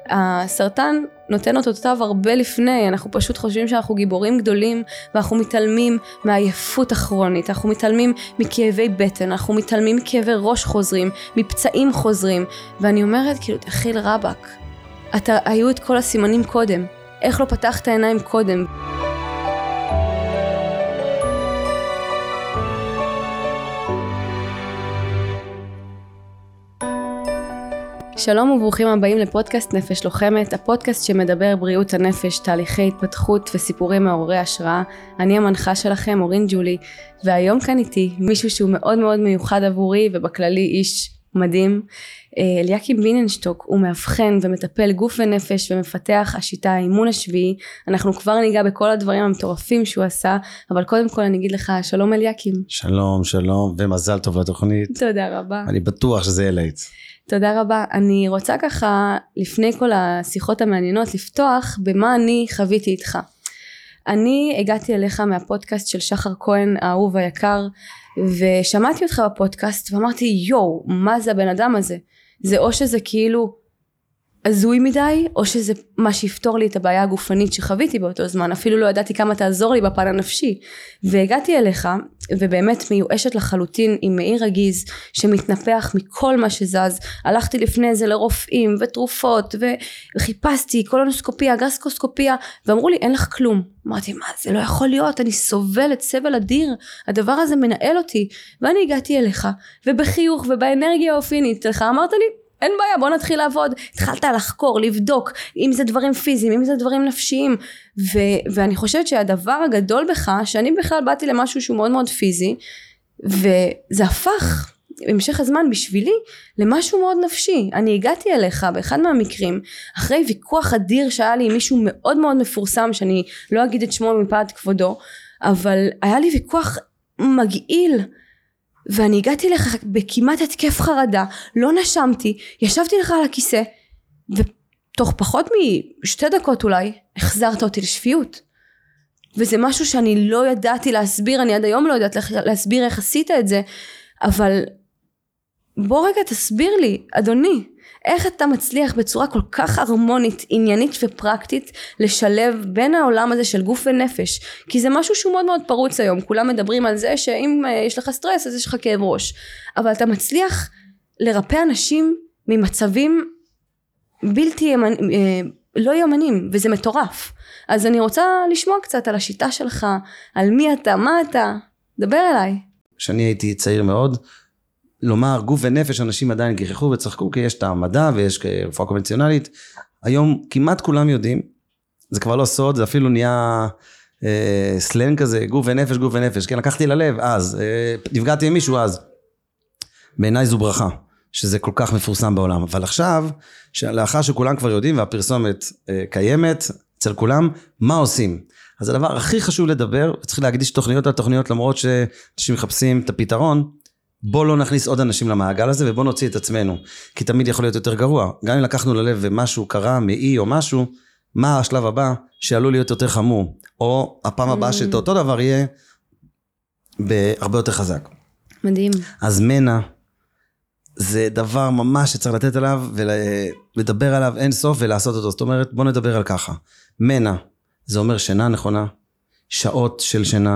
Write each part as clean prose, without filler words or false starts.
הסרטן נותן אותותיו הרבה לפני, אנחנו פשוט חושבים שאנחנו גיבורים גדולים, ואנחנו מתעלמים מהעייפות הכרונית, אנחנו מתעלמים מכאבי בטן, אנחנו מתעלמים מכאבי ראש חוזרים, מפצעים חוזרים, ואני אומרת כאילו תחיל רבק, היו את כל הסימנים קודם, איך לא פתחת העיניים קודם? שלום וברוכים הבאים לפודקאסט נפש לוחמת, הפודקאסט שמדבר בריאות הנפש, תהליכי התפתחות וסיפורים מעוררי השראה. אני המנחה שלכם, אורין ג'ולי, והיום כאן איתי מישהו שהוא מאוד מאוד מיוחד עבורי ובכללי איש מדהים. אליקים ביננשטוק, הוא מאבחן ומטפל גוף ונפש ומפתח השיטה האימון השביעי. אנחנו כבר ניגע בכל הדברים המטורפים שהוא עשה, אבל קודם כל אני אגיד לך שלום אליקים. שלום, שלום, ומזל טוב לתוכנית. תודה רבה. אני בטוח שזה ילהיט. תודה רבה. אני רוצה ככה לפני כל השיחות המעניינות לפתוח במה אני חוויתי איתך. אני הגעתי אליך מהפודקאסט של שחר כהן האהוב היקר, ושמעתי אותך בפודקאסט ואמרתי יואו, מה זה הבן אדם הזה? זה או שזה כאילו הזוי מדי, או שזה מה שיפתור לי את הבעיה הגופנית שחוויתי באותו זמן. אפילו לא ידעתי כמה תעזור לי בפן הנפשי. והגעתי אליך, ובאמת מיואשת לחלוטין עם מאיר רגיז, שמתנפח מכל מה שזז. הלכתי לפני זה לרופאים ותרופות, וחיפשתי קולונוסקופיה, גסטרוסקופיה, ואמרו לי אין לך כלום. אמרתי מה זה לא יכול להיות, אני סובלת סבל אדיר, הדבר הזה מנהל אותי. ואני הגעתי אליך, ובחיוך ובאנרגיה האופינית לך אמרת לי, אין בעיה, בוא נתחיל לעבוד. התחלת לחקור, לבדוק, אם זה דברים פיזיים, אם זה דברים נפשיים. ואני חושבת שהדבר הגדול בך, שאני בכלל באתי למשהו שהוא מאוד מאוד פיזי, וזה הפך, במשך הזמן בשבילי, למשהו מאוד נפשי. אני הגעתי אליך באחד מהמקרים, אחרי ויכוח אדיר שהיה לי עם מישהו מאוד מאוד מפורסם, שאני לא אגיד את שמו מפאת כבודו, אבל היה לי ויכוח מגעיל, ואני הגעתי לך בכמעט התקף חרדה, לא נשמתי, ישבתי לך על הכיסא, ותוך פחות משתי דקות אולי, החזרת אותי לשפיות. וזה משהו שאני לא ידעתי להסביר, אני עד היום לא יודעת להסביר איך עשית את זה, אבל בוא רגע תסביר לי, אדוני, איך אתה מצליח בצורה כל כך הרמונית, עניינית ופרקטית, לשלב בין העולם הזה של גוף ונפש, כי זה משהו שהוא מאוד מאוד פרוץ היום, כולם מדברים על זה שאם יש לך סטרס אז יש לך כאב ראש, אבל אתה מצליח לרפא אנשים ממצבים בלתי לא יומנים, וזה מטורף. אז אני רוצה לשמוע קצת על השיטה שלך, על מי אתה, מה אתה, דבר אליי. כשאני הייתי צעיר מאוד, לומר גוף ונפש אנשים עדיין גיחכו וצחקו, כי יש את המדע ויש רפואה קונבנציונלית. היום כמעט כולם יודעים, זה כבר לא סוד, זה אפילו נהיה סלנג כזה, גוף ונפש, גוף ונפש. כן, לקחתי ללב אז, נפגעתי עם מישהו אז. בעיניי זו ברכה, שזה כל כך מפורסם בעולם. אבל עכשיו, לאחר שכולם כבר יודעים והפרסומת קיימת אצל כולם, מה עושים? אז הדבר הכי חשוב לדבר, צריך להקדיש תוכניות על תוכניות, למרות שאנשים מחפשים את הפתרון, בוא לא נכניס עוד אנשים למעגל הזה, ובוא נוציא את עצמנו, כי תמיד יכול להיות יותר גרוע. גם אם לקחנו ללב ומשהו קרה, מאי או משהו, מה השלב הבא שעלול להיות יותר חמור, או הפעם הבאה שאת אותו דבר יהיה בהרבה יותר חזק. מדהים. אז מנע, זה דבר ממש שצריך לתת עליו, ולדבר עליו אין סוף ולעשות אותו. זאת אומרת, בוא נדבר על ככה. מנע, זה אומר שינה נכונה, שעות של שינה,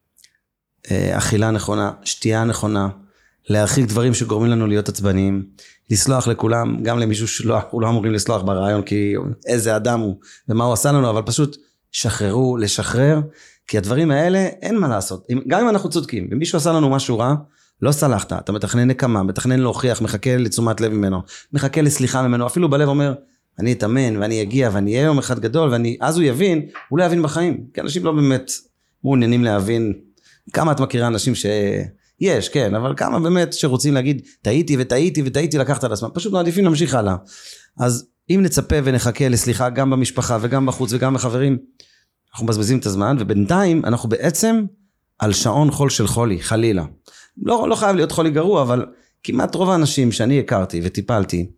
אכילה נכונה, שתייה נכונה, להרחיק דברים שגורמים לנו להיות עצבניים, לסלוח לכולם, גם למישהו שלא אמורים לסלוח ברעיון, כי איזה אדם הוא ומה הוא עשה לנו, אבל פשוט שחררו, לשחרר, כי הדברים האלה אין מה לעשות. גם אם אנחנו צודקים, ומישהו עשה לנו משהו רע, לא סלחת, אתה מתכנן נקמה, מתכנן להוכיח, מחכה לתשומת לב ממנו, מחכה לסליחה ממנו, אפילו בלב אומר, אני אתאמן ואני אגיע ואני אהיה יום אחד גדול, אז הוא יבין, הוא לא יבין בחיים, כי אנשים לא באמת מעוניינים להבין. כמה את מכירה אנשים שיש, כן, אבל כמה באמת שרוצים להגיד, טעיתי וטעיתי וטעיתי לקחת על עצמם, פשוט מעדיפים להמשיך הלאה. אז אם נצפה ונחכה לסליחה גם במשפחה וגם בחוץ וגם בחברים, אנחנו מבזבזים את הזמן, ובינתיים אנחנו בעצם על שעון חול של חולי, חלילה. לא חייב להיות חולי גרוע, אבל כמעט רוב האנשים שאני הכרתי וטיפלתי,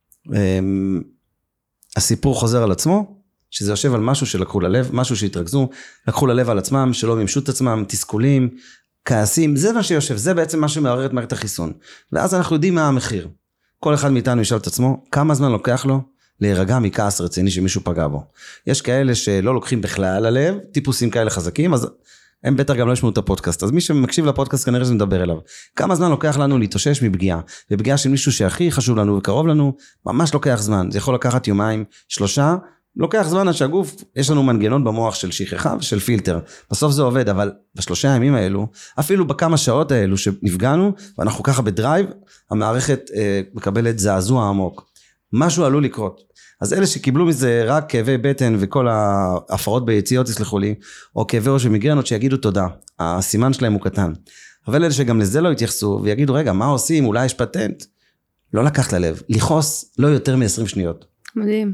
הסיפור חוזר על עצמו, שזה יושב על משהו שלקחו ללב, משהו שהתרכזו, לקחו ללב על עצמם, שלא מימשו את עצמם, תסכולים, כעסים, זה מה שיושב, זה בעצם מה שמערער את מערכת החיסון. ואז אנחנו יודעים מה המחיר. כל אחד מאיתנו ישאל את עצמו, כמה זמן לוקח לו להירגע מכעס רציני שמישהו פגע בו. יש כאלה שלא לוקחים בכלל ללב, טיפוסים כאלה חזקים, אז הם בטח גם לא ישמעו את הפודקאסט, אז מי שמקשיב לפודקאסט כנראה שנדבר אליו. כמה זמן לוקח לנו להתאושש מפגיעה, ופגיעה של מישהו שהכי חשוב לנו וקרוב לנו, ממש לוקח זמן, זה יכול לקחת יומיים, 3, לוקח זמן עד שהגוף, יש לנו מנגנון במוח של שכחה ושל פילטר, בסוף זה עובד, אבל ב3 ימים האלו, אפילו בכמה שעות האלו שנפגענו, ואנחנו ככה בדרייב, המערכת מקבלת זעזוע עמוק, משהו עלול לקרות. אז אלה שקיבלו מזה רק כאבי בטן וכל ההפרעות ביציאות, תסלחו לי, או כאבי ראש ומיגרנות, שיגידו תודה, הסימן שלהם הוא קטן. אבל אלה שגם לזה לא יתייחסו, ויגידו רגע, מה עושים, אולי יש פטנט? לא לקחת ללב, לכעוס לא יותר מ-20 שניות. מדהים.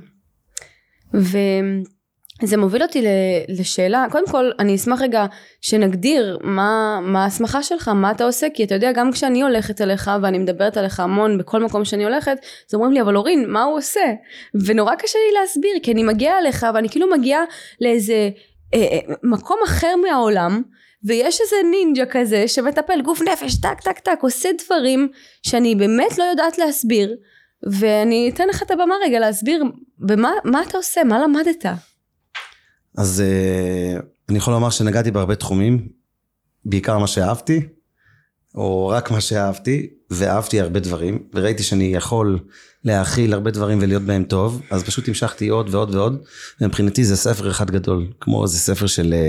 וזה מוביל אותי לשאלה, קודם כל אני אשמח רגע שנגדיר מה ההסמכה שלך, מה אתה עושה, כי אתה יודע גם כשאני הולכת אליך ואני מדברת עליך המון בכל מקום שאני הולכת, אז אומרים לי אבל אורין מה הוא עושה? ונורא קשה לי להסביר, כי אני מגיעה אליך ואני כאילו מגיעה לאיזה מקום אחר מהעולם, ויש איזה נינג'ה כזה שמטפל גוף נפש, טק טק טק, עושה דברים שאני באמת לא יודעת להסביר, ואני אתן לך את הבמה רגע להסביר מה אתה עושה, מה למדת? אז אני יכול לומר שנגעתי בהרבה תחומים, בעיקר מה שאהבתי, או רק מה שאהבתי, ואהבתי הרבה דברים, וראיתי שאני יכול להכיל הרבה דברים ולהיות בהם טוב, אז פשוט המשכתי עוד ועוד ועוד, ומבחינתי זה ספר אחד גדול, כמו זה ספר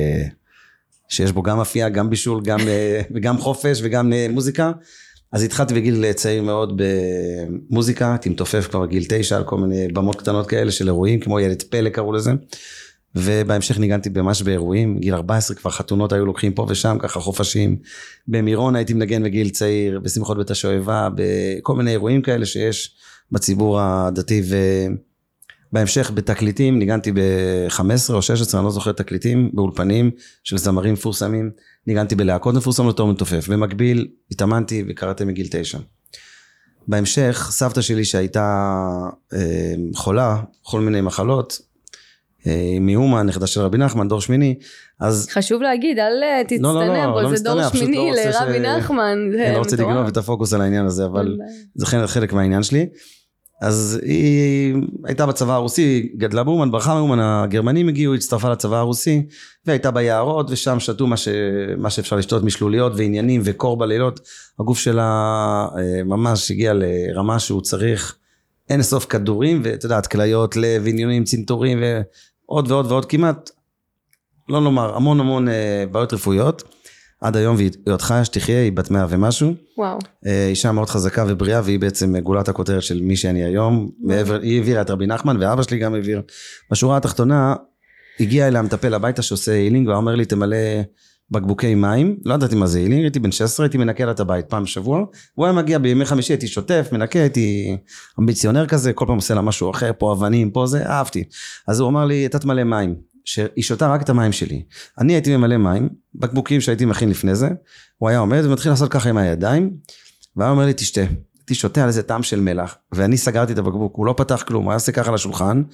שיש בו גם אפייה, גם בישול, וגם חופש וגם מוזיקה, אז התחלתי בגיל צעיר מאוד במוזיקה, תמתופף כבר בגיל 9, על כל מיני במות קטנות כאלה של אירועים, כמו ילד פלא קראו לזה, ובהמשך ניגנתי ממש באירועים, גיל 14 כבר חתונות היו לוקחים פה ושם, ככה חופשים, במירון הייתי מנגן בגיל צעיר, בשמחות בית השואבה, בכל מיני אירועים כאלה שיש בציבור הדתי, ובהמשך בתקליטים, ניגנתי ב-15 או 16, אני לא זוכר תקליטים, באולפנים של זמרים מפורסמים, ניגנתי בלהקות מפורסמות לתור מתופף, במקביל התאמנתי וקראתי מגיל 9. בהמשך, סבתא שלי שהייתה חולה, כל מיני מחלות, מאומה, נכדה של רבי נחמן, דור שמיני, אז... חשוב להגיד, אל תצטנע בו, זה דור שמיני לרבי נחמן. אני לא רוצה לגנוב את הפוקוס על העניין הזה, אבל זה חלק מהעניין שלי. אז היא הייתה בצבא הרוסי, גדלה באומן, ברחה מאומן, הגרמנים הגיעו, הצטרפה לצבא הרוסי, והייתה ביערות, ושם שתו מה שאפשר לשתות, משלוליות ועניינים וקור בלילות. הגוף שלה ממש הגיע לרמה שהוא צריך אין סוף כדורים, ואתה יודעת, כליות, לב, עניינים, צנתורים, ועוד ועוד ועוד, כמעט, לא לומר, המון בעיות רפואיות, עד היום, והיא עוד חיה שתחיה, היא בת 100 ומשהו. וואו. אישה מאוד חזקה ובריאה, והיא בעצם גולת הכותרת של מי שאני היום, היא העבירה את רבי נחמן, ואבא שלי גם העביר. בשורה התחתונה, הגיע אליה מטפל הביתה שעושה הילינג, והוא אומר לי, תמלא בקבוקי מים, לא ידעתי מה זה הילינג, הייתי בן 16, הייתי מנקה לה את הבית פעם בשבוע, הוא היה מגיע בימי חמישי, הייתי שוטף, מנקה, הייתי אמביציונר כזה, כל פעם עושה לה משהו אחר, פה אבנים, פה זה, אהבתי. אז הוא אמר לי, אתה תמלא מים, שהיא שותה רק את המים שלי. אני הייתי ממלא מים, בקבוקים שהייתי מכין לפני זה, הוא היה עומד ומתחיל לעשות ככה עם הידיים, והוא אומר לי, תשתה, שותה על איזה טעם של מלח, ואני סגרתי את הבקבוק, הוא לא פתח כלום, הוא היה עושה ככה על השולחן,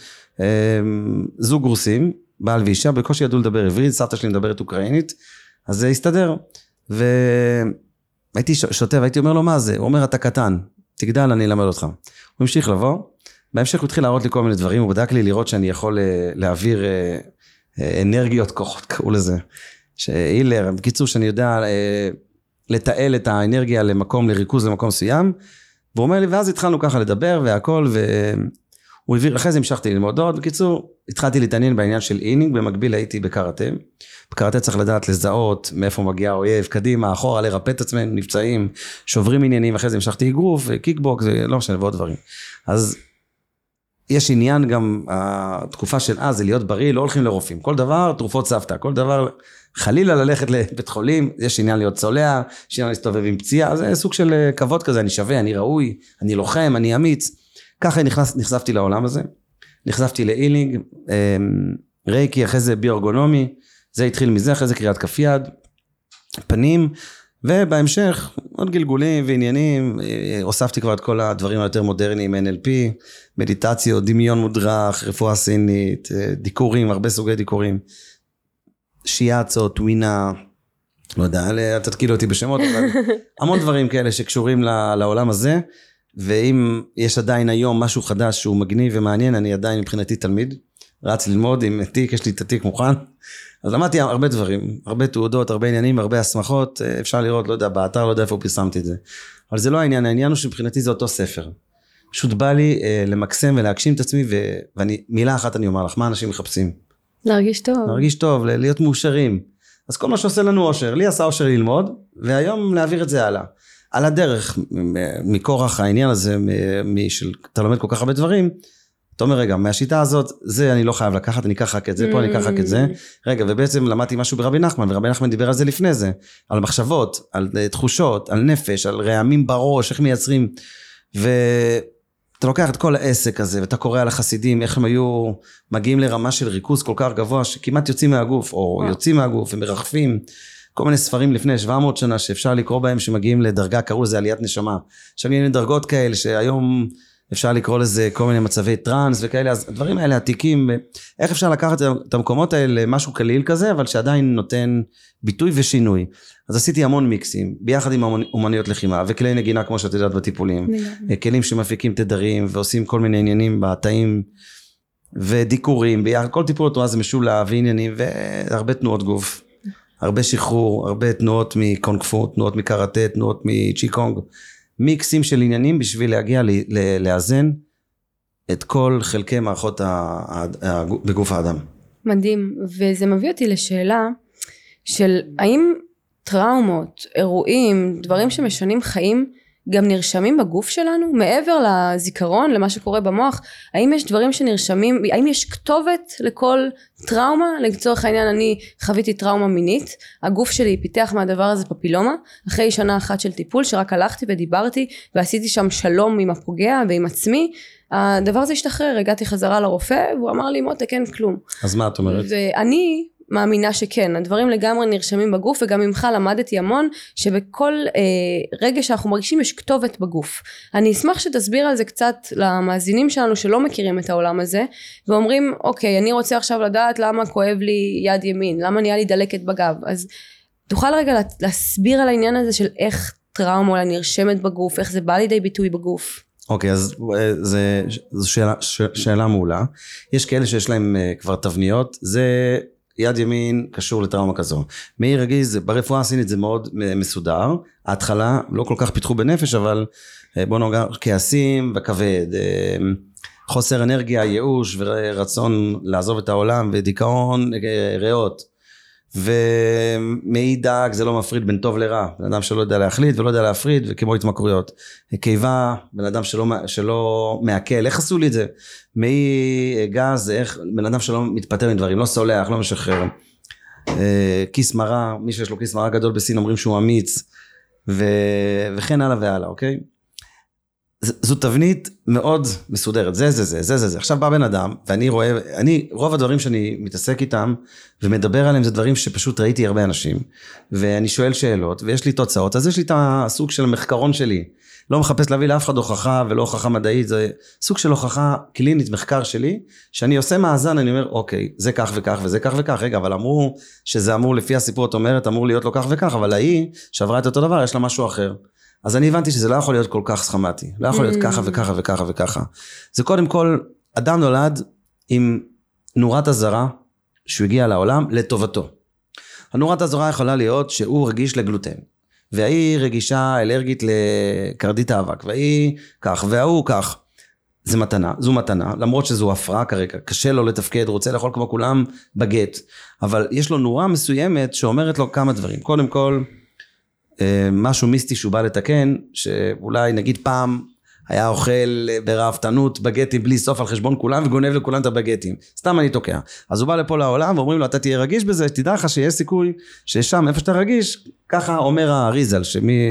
זוג רוסים, בעל ואישה, בקושי ידעו לדבר עברית, סבתא שלי מדברת אוקראינית, אז זה הסתדר, והייתי שותה, והייתי אומר לו מה זה, הוא אומר אתה קטן, תגדל אני אלמד אותך, הוא המשיך לבוא, בהמשך הוא התחיל להראות לי כל מיני דברים, הוא בדק לי לראות שאני יכול להעביר אנרגיות כוחות, קראו לזה, שהילר, בקיצור שאני יודע לתעל את האנרגיה למקום, לריכוז למקום מסוים, והוא אומר לי, ואז התחלנו ככה לדבר והכל, והוא העביר, אחרי זה המשכתי ללמוד עוד, בקיצור, התחלתי להתעניין בעניין של אינינג, במקביל הייתי בקראטה, בקראטה צריך לדעת לזהות, מאיפה מגיע האויב, קדימה, אחורה, לרפא את עצמנו, נפצעים, שוברים עניינים, אחרי זה המשכתי אגרוף, קיקבוקס, לא משנה, ועוד דברים. אז יש עניין גם, התקופה של זה להיות בריא, לא הולכים לרופאים, כל דבר, תרופות סבתא, כל דבר, חלילה ללכת לבית חולים, יש עניין להיות צולע, יש עניין להסתובב עם פציעה, זה סוג של כבוד כזה, אני שווה, אני ראוי, אני לוחם, אני אמיץ, ככה נחשפתי לעולם הזה, נחשפתי לאילינג, רייקי, אחרי זה ביורגונומי, זה התחיל מזה, אחרי זה קריאת כף יד, פנים, ובהמשך עוד גלגולים ועניינים, הוספתי כבר את כל הדברים היותר מודרניים, NLP, מדיטציות, דמיון מודרך, רפואה סינית, דיקורים, הרבה סוגי דיקורים, שיאצו, טווינה, לא יודע, תתקילו אותי בשמות, אבל המון דברים כאלה שקשורים לעולם הזה, ואם יש עדיין היום משהו חדש שהוא מגניב ומעניין, אני עדיין מבחינתי תלמיד, רץ ללמוד עם תיק, יש לי את התיק מוכן, אז למדתי הרבה דברים, הרבה תעודות, הרבה עניינים, הרבה הסמכות, אפשר לראות, לא יודע, באתר, לא יודע איפה פרסמתי את זה, אבל זה לא העניין, העניין הוא שמבחינתי זה אותו ספר, פשוט בא לי למקסם ולהגשים את עצמי, ואני, מילה אחת אני אומר לך, מה אנשים מחפשים? להרגיש טוב. להרגיש טוב, להיות מאושרים, אז כל מה שעושה לנו אושר, לי עשה אושר ללמוד, והיום להעביר את זה הלאה. על הדרך, מכורח העניין הזה, אתה לומד כל כך הרבה דברים, אתה אומר רגע, מהשיטה הזאת, זה אני לא חייב לקחת, אני אקח רק את זה, פה אני אקח רק את זה, רגע, ובעצם למדתי משהו ברבי נחמן, ורבי נחמן דיבר על זה לפני זה, על מחשבות, על תחושות, על נפש, על רעמים בראש, איך מייצרים, ואתה לוקח את כל העסק הזה, ואתה קורא על החסידים, איך הם היו מגיעים לרמה של ריכוז כל כך גבוה, שכמעט יוצאים מהגוף, או יוצאים מהגוף, ומרחפים, כל מיני ספרים לפני 700 שנה שאפשר לקרוא בהם שמגיעים לדרגה, קראו לזה עליית נשמה, שמגיעים לדרגות כאלה שהיום אפשר לקרוא לזה כל מיני מצבי טרנס וכאלה, אז הדברים האלה עתיקים, איך אפשר לקחת את המקומות האלה למשהו קליל כזה, אבל שעדיין נותן ביטוי ושינוי. אז עשיתי המון מיקסים, ביחד עם אומניות לחימה, וכלי נגינה כמו שאת יודעת בטיפולים, כלים שמפיקים תדרים ועושים כל מיני עניינים בתאים, ודיקורים, ביחד, כל טיפול התנועה זה משולב ועניינים, והרבה תנועות גוף. הרבה שחרור, הרבה תנועות מקונג-פו, תנועות מקראטה, תנועות מצ'יקונג, מיקסים של עניינים בשביל להגיע לאזן את כל חלקי מערכות בגוף האדם. מדהים, וזה מביא אותי לשאלה של האם טראומות, אירועים, דברים שמשנים חיים, גם נרשמים בגוף שלנו, מעבר לזיכרון, למה שקורה במוח, האם יש דברים שנרשמים, האם יש כתובת לכל טראומה, לצורך העניין אני חוויתי טראומה מינית, הגוף שלי פיתח מהדבר הזה פפילומה, אחרי שנה אחת של טיפול שרק הלכתי ודיברתי, ועשיתי שם שלום עם הפוגע ועם עצמי, הדבר הזה השתחרר, הגעתי חזרה לרופא, והוא אמר לי מותק אין כלום. אז מה את אומרת? ואני מאמינה שכן, הדברים לגמרי נרשמים בגוף, וגם ממך למדתי המון, שבכל רגע שאנחנו מרגישים יש כתובת בגוף. אני אשמח שתסביר על זה קצת למאזינים שלנו שלא מכירים את העולם הזה, ואומרים אוקיי, אני רוצה עכשיו לדעת למה כואב לי יד ימין, למה נהיה לי דלקת בגב, אז תוכל רגע להסביר על העניין הזה של איך טראומה נרשמת בגוף, איך זה בא לידי ביטוי בגוף. אוקיי, אז זו שאלה מעולה, יש כאלה שיש להם כבר תבניות, זה יד ימין קשור לטראומה כזו. מאיר רגיז, ברפואה הסינית זה מאוד מסודר, ההתחלה לא כל כך פיתחו בנפש, אבל בוא נוגע כעסים וכבד, חוסר אנרגיה, ייאוש ורצון לעזוב את העולם, ודיכאון, ריאות, ומעי דג זה לא מפריד בין טוב לרע, בן אדם שלא יודע להחליט ולא יודע להפריד, וכמו התמכרויות, קיבה, בן אדם שלא מעכל, איך עשו לי את זה? מעי גז, איך בן אדם שלא מתפטר מדברים, לא סולח, לא משחרר, כיס מרה, מי שיש לו כיס מרה גדול בסין אומרים שהוא אמיץ, וכן הלאה והלאה, אוקיי? זו תבנית מאוד מסודרת, זה. עכשיו בא בן אדם, ואני רואה, רוב הדברים שאני מתעסק איתם, ומדבר עליהם, זה דברים שפשוט ראיתי הרבה אנשים, ואני שואל שאלות, ויש לי תוצאות, אז יש לי את הסוג של המחקרון שלי, לא מחפש להביא לאף אחד הוכחה, ולא הוכחה מדעית, זה סוג של הוכחה קלינית, מחקר שלי, שאני עושה מאזן, אני אומר, אוקיי, זה כך וכך, וזה כך וכך, רגע, אבל אמרו, שזה אמור, לפי הסיפור את אומרת, אמור להיות לו כך וכך, אבל היא, שעברה את אותו דבר, יש לה משהו אחר. אז אני הבנתי שזה לא יכול להיות כל כך סכמטי, לא יכול להיות ככה וככה וככה וככה. זה קודם כל, אדם נולד עם נורת הזרה, שהוא הגיע לעולם לטובתו. הנורת הזרה יכולה להיות שהוא רגיש לגלוטן, והיא רגישה אלרגית לקרדית האבק, והיא כך, והוא כך. זו מתנה, למרות שזו הפרעה כרגע, קשה לו לתפקד, רוצה לאכול כמו כולם בגט, אבל יש לו נורה מסוימת שאומרת לו כמה דברים. קודם כל, משהו מיסטי שהוא בא לתקן, שאולי נגיד פעם היה אוכל ברעבתנות בגטים בלי סוף על חשבון כולם, וגונב לכולם את הבגטים, סתם אני תוקע. אז הוא בא לפה לעולם ואומרים לו אתה תהיה רגיש בזה, שתדע לך שיש סיכוי ששם איפה שאתה רגיש, ככה אומר הריזל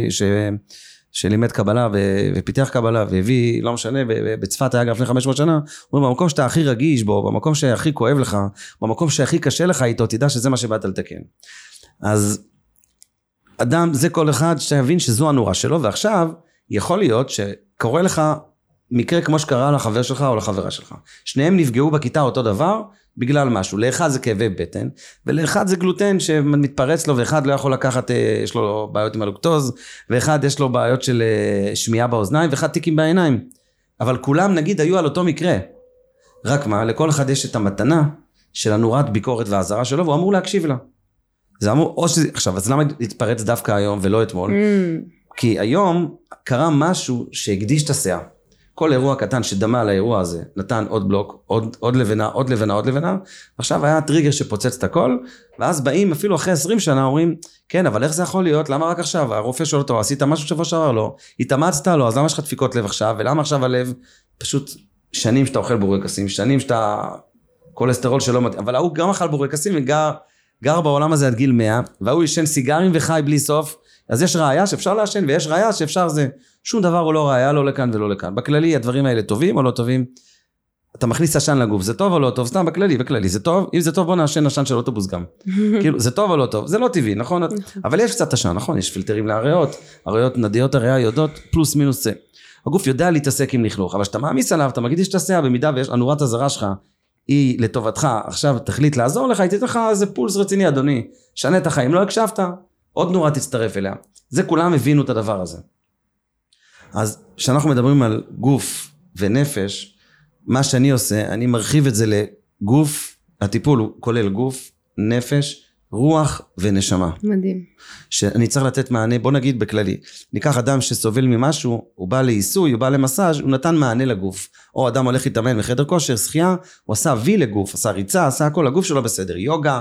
שלימד קבלה ופיתח קבלה והביא, לא משנה, בצפת היה גם לפני 500 שנה, הוא אומר במקום שאתה הכי רגיש בו, במקום שהכי כואב לך, במקום שהכי קשה לך איתו, תדע שזה מה שבאת לתקן. אז אדם, זה כל אחד שיבין שזו הנורה שלו, ועכשיו יכול להיות שקורה לך מקרה כמו שקרה לחבר שלך או לחברה שלך. שניהם נפגעו בכיתה אותו דבר, בגלל משהו, לאחד זה כאבי בטן, ולאחד זה גלוטן שמתפרץ לו, ואחד לא יכול לקחת, יש לו בעיות עם הלוקטוז, ואחד יש לו בעיות של שמיעה באוזניים, ואחד תיקים בעיניים, אבל כולם נגיד היו על אותו מקרה, רק מה, לכל אחד יש את המתנה של הנורת ביקורת והעזרה שלו, והוא אמור להקשיב לה. זה אמור, או שזה, עכשיו, אז למה להתפרץ דווקא היום ולא אתמול? כי היום קרה משהו שהקדיש את הסאה. כל אירוע קטן שדמה על האירוע הזה, נתן עוד בלוק, עוד לבנה, עוד לבנה, עוד לבנה, עכשיו היה טריגר שפוצץ את הכל, ואז באים אפילו אחרי 20 שנה, אומרים, כן, אבל איך זה יכול להיות? למה רק עכשיו? הרופא שואל אותו, עשית משהו שבוע שעבר? לא. התאמצת? לא. אז למה יש לך דפיקות לב עכשיו? ולמה עכשיו הלב? פשוט שנים שאתה אוכל בורקסים, שנים שאתה קולסטרול שלא מתאים, אבל הוא גם אכל בורקסים וגר בעולם הזה עד גיל 100, והוא ישן סיגרים וחי בלי סוף, אז יש ראיה שאפשר לעשן, ויש ראיה שאפשר זה. שום דבר הוא לא ראיה, לא לכאן ולא לכאן. בכללי, הדברים האלה טובים או לא טובים? אתה מכניס עשן לגוף, זה טוב או לא טוב? סתם בכללי, זה טוב? אם זה טוב, בוא נעשן עשן של אוטובוס גם. כאילו, זה טוב או לא טוב? זה לא טבעי, נכון? אבל יש קצת עשן, נכון? יש פילטרים להריאות, נדיות הריאה יודעות, פלוס מינוס זה. הגוף יודע להתעסק עם לכלוך, אבל שאתה מעמיס עליו, אתה מגיד שתעשה, במידה ויש הנורת הזרה שלך, היא לטובתך, עכשיו תחליט לעזור לך, היא תתן לך איזה פולס רציני, אדוני, שנה את החיים, לא הקשבת, עוד נורה תצטרף אליה. זה כולם הבינו את הדבר הזה. אז כשאנחנו מדברים על גוף ונפש, מה שאני עושה, אני מרחיב את זה לגוף, הטיפול הוא כולל גוף, נפש, רוח ונשמה. מדהים. שאני צריך לתת מענה, בוא נגיד בכללי, ניקח אדם שסובל ממשהו, הוא בא לעיסוי, הוא בא למסאז', הוא נתן מענה לגוף, או אדם הולך להתאמן מחדר כושר, שחייה, הוא עשה וי לגוף, עשה ריצה, עשה הכל, הגוף שלו בסדר, יוגה,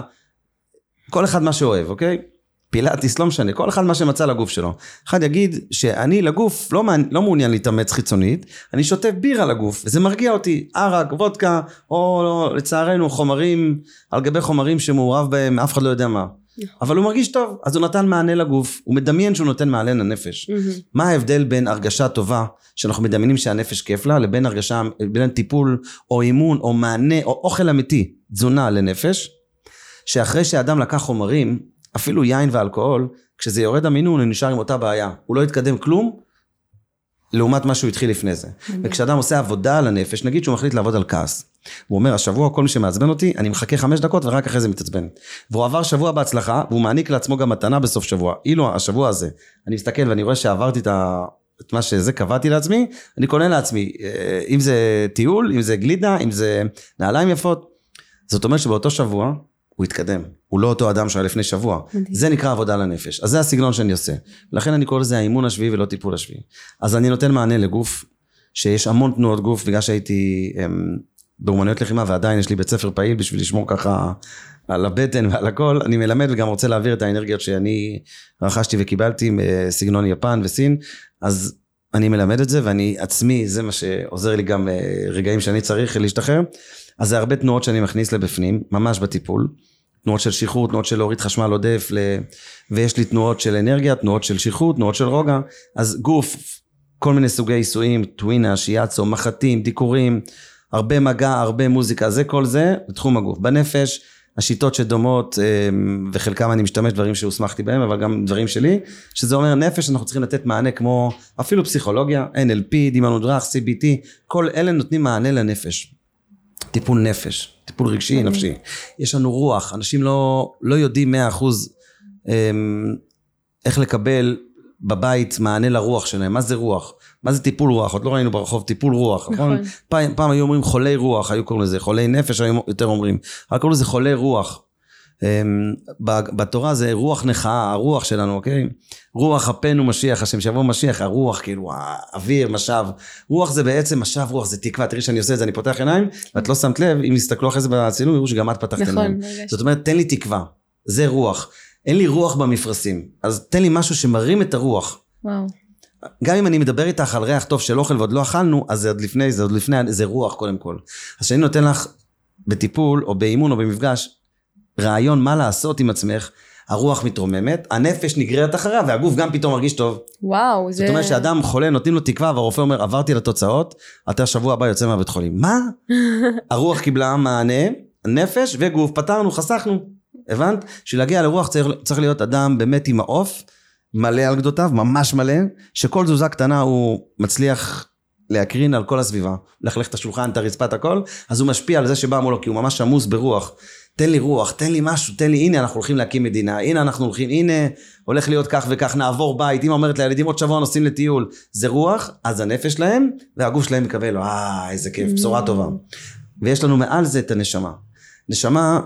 כל אחד מה שאוהב, אוקיי? פילאטיס, לא משנה, כל אחד מה שמצא לגוף שלו. אחד יגיד שאני לגוף לא מעוניין להתאמץ חיצונית, אני שוטף בירה לגוף, וזה מרגיע אותי, ערק, וודקה, או לצערנו חומרים, על גבי חומרים שמעורב בהם, אף אחד לא יודע מה. אבל הוא מרגיש טוב, אז הוא נתן מענה לגוף, הוא מדמיין שהוא נותן מענה לנפש. מה ההבדל בין הרגשה טובה, שאנחנו מדמיינים שהנפש כיף לה, לבין הרגשה, בין טיפול, או אימון, או מענה, או אוכל אמיתי, תזונה לנפש, שאחרי שהאדם לקח חומרים, אפילו יין ואלכוהול, כשזה יורד המינון, הוא נשאר עם אותה בעיה. הוא לא יתקדם כלום, לעומת מה שהוא התחיל לפני זה. וכשאדם עושה עבודה על הנפש, נגיד שהוא מחליט לעבוד על כעס. הוא אומר, השבוע כל מי שמעצבן אותי, אני מחכה 5 דקות ורק אחרי זה מתעצבן. והוא עבר שבוע בהצלחה, והוא מעניק לעצמו גם מתנה בסוף שבוע. אילו השבוע הזה, אני מסתכל ואני רואה שעברתי את מה שזה קבעתי לעצמי, אני קונה לעצמי, אם זה טיול, אם זה גלידה, אם זה נעליים יפות. זאת אומרת שבאותו שבוע, הוא יתקדם, הוא לא אותו אדם שהיה לפני שבוע, זה נקרא עבודה לנפש, אז זה הסגנון שאני עושה, לכן אני קורא לזה האימון השביעי ולא טיפול השביעי, אז אני נותן מענה לגוף, שיש המון תנועות גוף, בגלל שהייתי באומנויות לחימה, ועדיין יש לי בית ספר פעיל, בשביל לשמור ככה על הבטן ועל הכל, אני מלמד וגם רוצה להעביר את האנרגיות שאני רכשתי וקיבלתי, מסגנון יפן וסין, אז אני מלמד את זה, ואני עצמי, זה מה שעוזר לי גם רגעים שאני צריך להשתחרר, אז זה הרבה תנועות שאני מכניס לבפנים, ממש בטיפול, תנועות של שחרור, תנועות של להוריד חשמל עודף, ויש לי תנועות של אנרגיה, תנועות של שחרור, תנועות של רוגע, אז גוף, כל מיני סוגי עיסויים, טווינה, שיאצו, מחטים, דיקורים, הרבה מגע, הרבה מוזיקה, זה כל זה, בתחום הגוף. בנפש, השיטות שדומות, וחלקם אני משתמש דברים שהוסמכתי בהם, אבל גם דברים שלי, שזה אומר נפש, אנחנו צריכים לתת מענה כמו, אפילו פסיכולוגיה, NLP, דימה נודרך, CBT, כל אלה נותנים מענה לנפש. טיפול נפש, טיפול רגשי, נפשי. יש לנו רוח, אנשים לא יודעים 100% איך לקבל בבית מענה לרוח שלהם. מה זה רוח? מה זה טיפול רוח? עוד לא ראינו ברחוב טיפול רוח, נכון? פעם היו אומרים חולי רוח, היו קוראים לזה, חולי נפש היו יותר אומרים, אבל קוראים לזה חולי רוח. בתורה זה רוח נחאה, הרוח שלנו, אוקיי? רוח אפנו משיח, השם שיבוא משיח, הרוח כאילו, האוויר, משב, רוח זה בעצם משב, רוח זה תקווה, תראי שאני עושה את זה, אני פותח עיניים, ואת לא שמת לב, אם יסתכלו אחרי זה בצילום, יראו שגם את פתחת עיניים. זאת אומרת, תן לי תקווה, זה רוח, אין לי רוח במפרשים, אז תן לי משהו שמרים את הרוח. וואו. גם אם אני מדבר איתך על ריח טוב של אוכל ועוד לא אכלנו, אז זה עוד לפני, זה רוח קודם כל. אז שאני נותן לך בטיפול או באימון או במפגש, רעיון מה לעשות עם עצמך, הרוח מתרוממת, הנפש נגררת אחריה, והגוף גם פתאום מרגיש טוב. וואו, זה... זאת אומרת שאדם חולה, נותנים לו תקווה, והרופא אומר, עברתי לתוצאות, אתה שבוע הבא יוצא מהבית חולים. מה? הרוח קיבלה מענה, נפש וגוף, פתרנו, חסכנו. הבנת? שלהגיע לרוח צריך להיות אדם באמת עם העוף, מלא על גדותיו, ממש מלא, שכל תזוזה קטנה הוא מצליח להקרין על כל הסביבה, לחלך את השולחן, את הרצפת, הכל, אז הוא משפיע על זה שבא מולו, כי הוא ממש עמוס ברוח. תן לי רוח, תן לי משהו, תן לי, הנה אנחנו הולכים להקים מדינה, הנה אנחנו הולכים, הנה הולך להיות כך וכך, נעבור בית, אמא אומרת לילדים עוד שבוע נוסעים לטיול, זה רוח, אז הנפש שלהם, והגוף שלהם מקבל לו, איזה כיף, בשורה טובה. ויש לנו מעל זה את הנשמה. נשמה,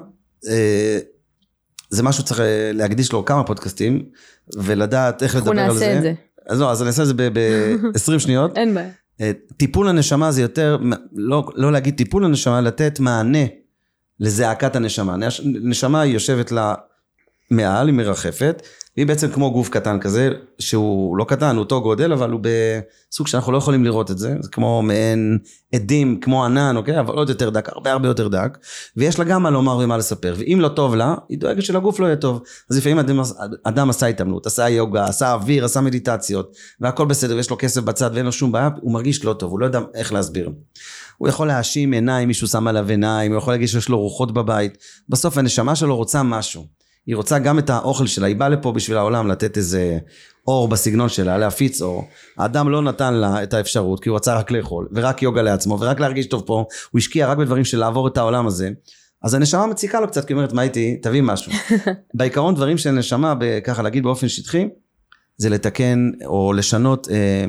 זה משהו צריך להקדיש לו כמה פודקאסטים, ולדעת איך לדבר על זה. את זה. אז לא, אז אני אעשה את זה ב-20 שניות. אין בעיה. טיפול הנשמה זה יותר, לא להגיד טיפול הנשמה, לתת מענה לזעקת הנשמה. נשמה היא יושבת לה מעל, היא מרחפת, והיא בעצם כמו גוף קטן כזה, שהוא לא קטן, הוא אותו גודל, אבל הוא בסוג שאנחנו לא יכולים לראות את זה, זה כמו מעין עדים, כמו ענן, אוקיי? אבל עוד יותר דק, הרבה יותר דק, ויש לה גם מה לומר ומה לספר, ואם לא טוב לה, היא דואגת שלגוף לא יהיה טוב, אז לפעמים אדם עשה התאמנות, עשה יוגה, עשה אוויר, עשה מדיטציות, והכל בסדר, ויש לו כסף בצד ואין לו שום בעיה, הוא מרגיש לא טוב, הוא לא יודע איך להסביר. הוא יכול להאשים עיניים, מישהו שם עליו עיניים, הוא יכול להגיד שיש לו רוחות בבית, בסוף הנשמה שלו רוצה משהו. היא רוצה גם את האוכל שלה, היא באה לפה בשביל העולם לתת איזה אור בסגנון שלה, להפיץ אור. האדם לא נתן לה את האפשרות, כי הוא רצה רק לאכול, ורק יוגה לעצמו, ורק להרגיש טוב פה, הוא השקיע רק בדברים של לעבור את העולם הזה, אז הנשמה מציקה לו קצת, כי אומרת, מה איתי? תביא משהו. בעיקרון דברים של נשמה, ככה להגיד באופן שטחי, זה לתקן או לשנות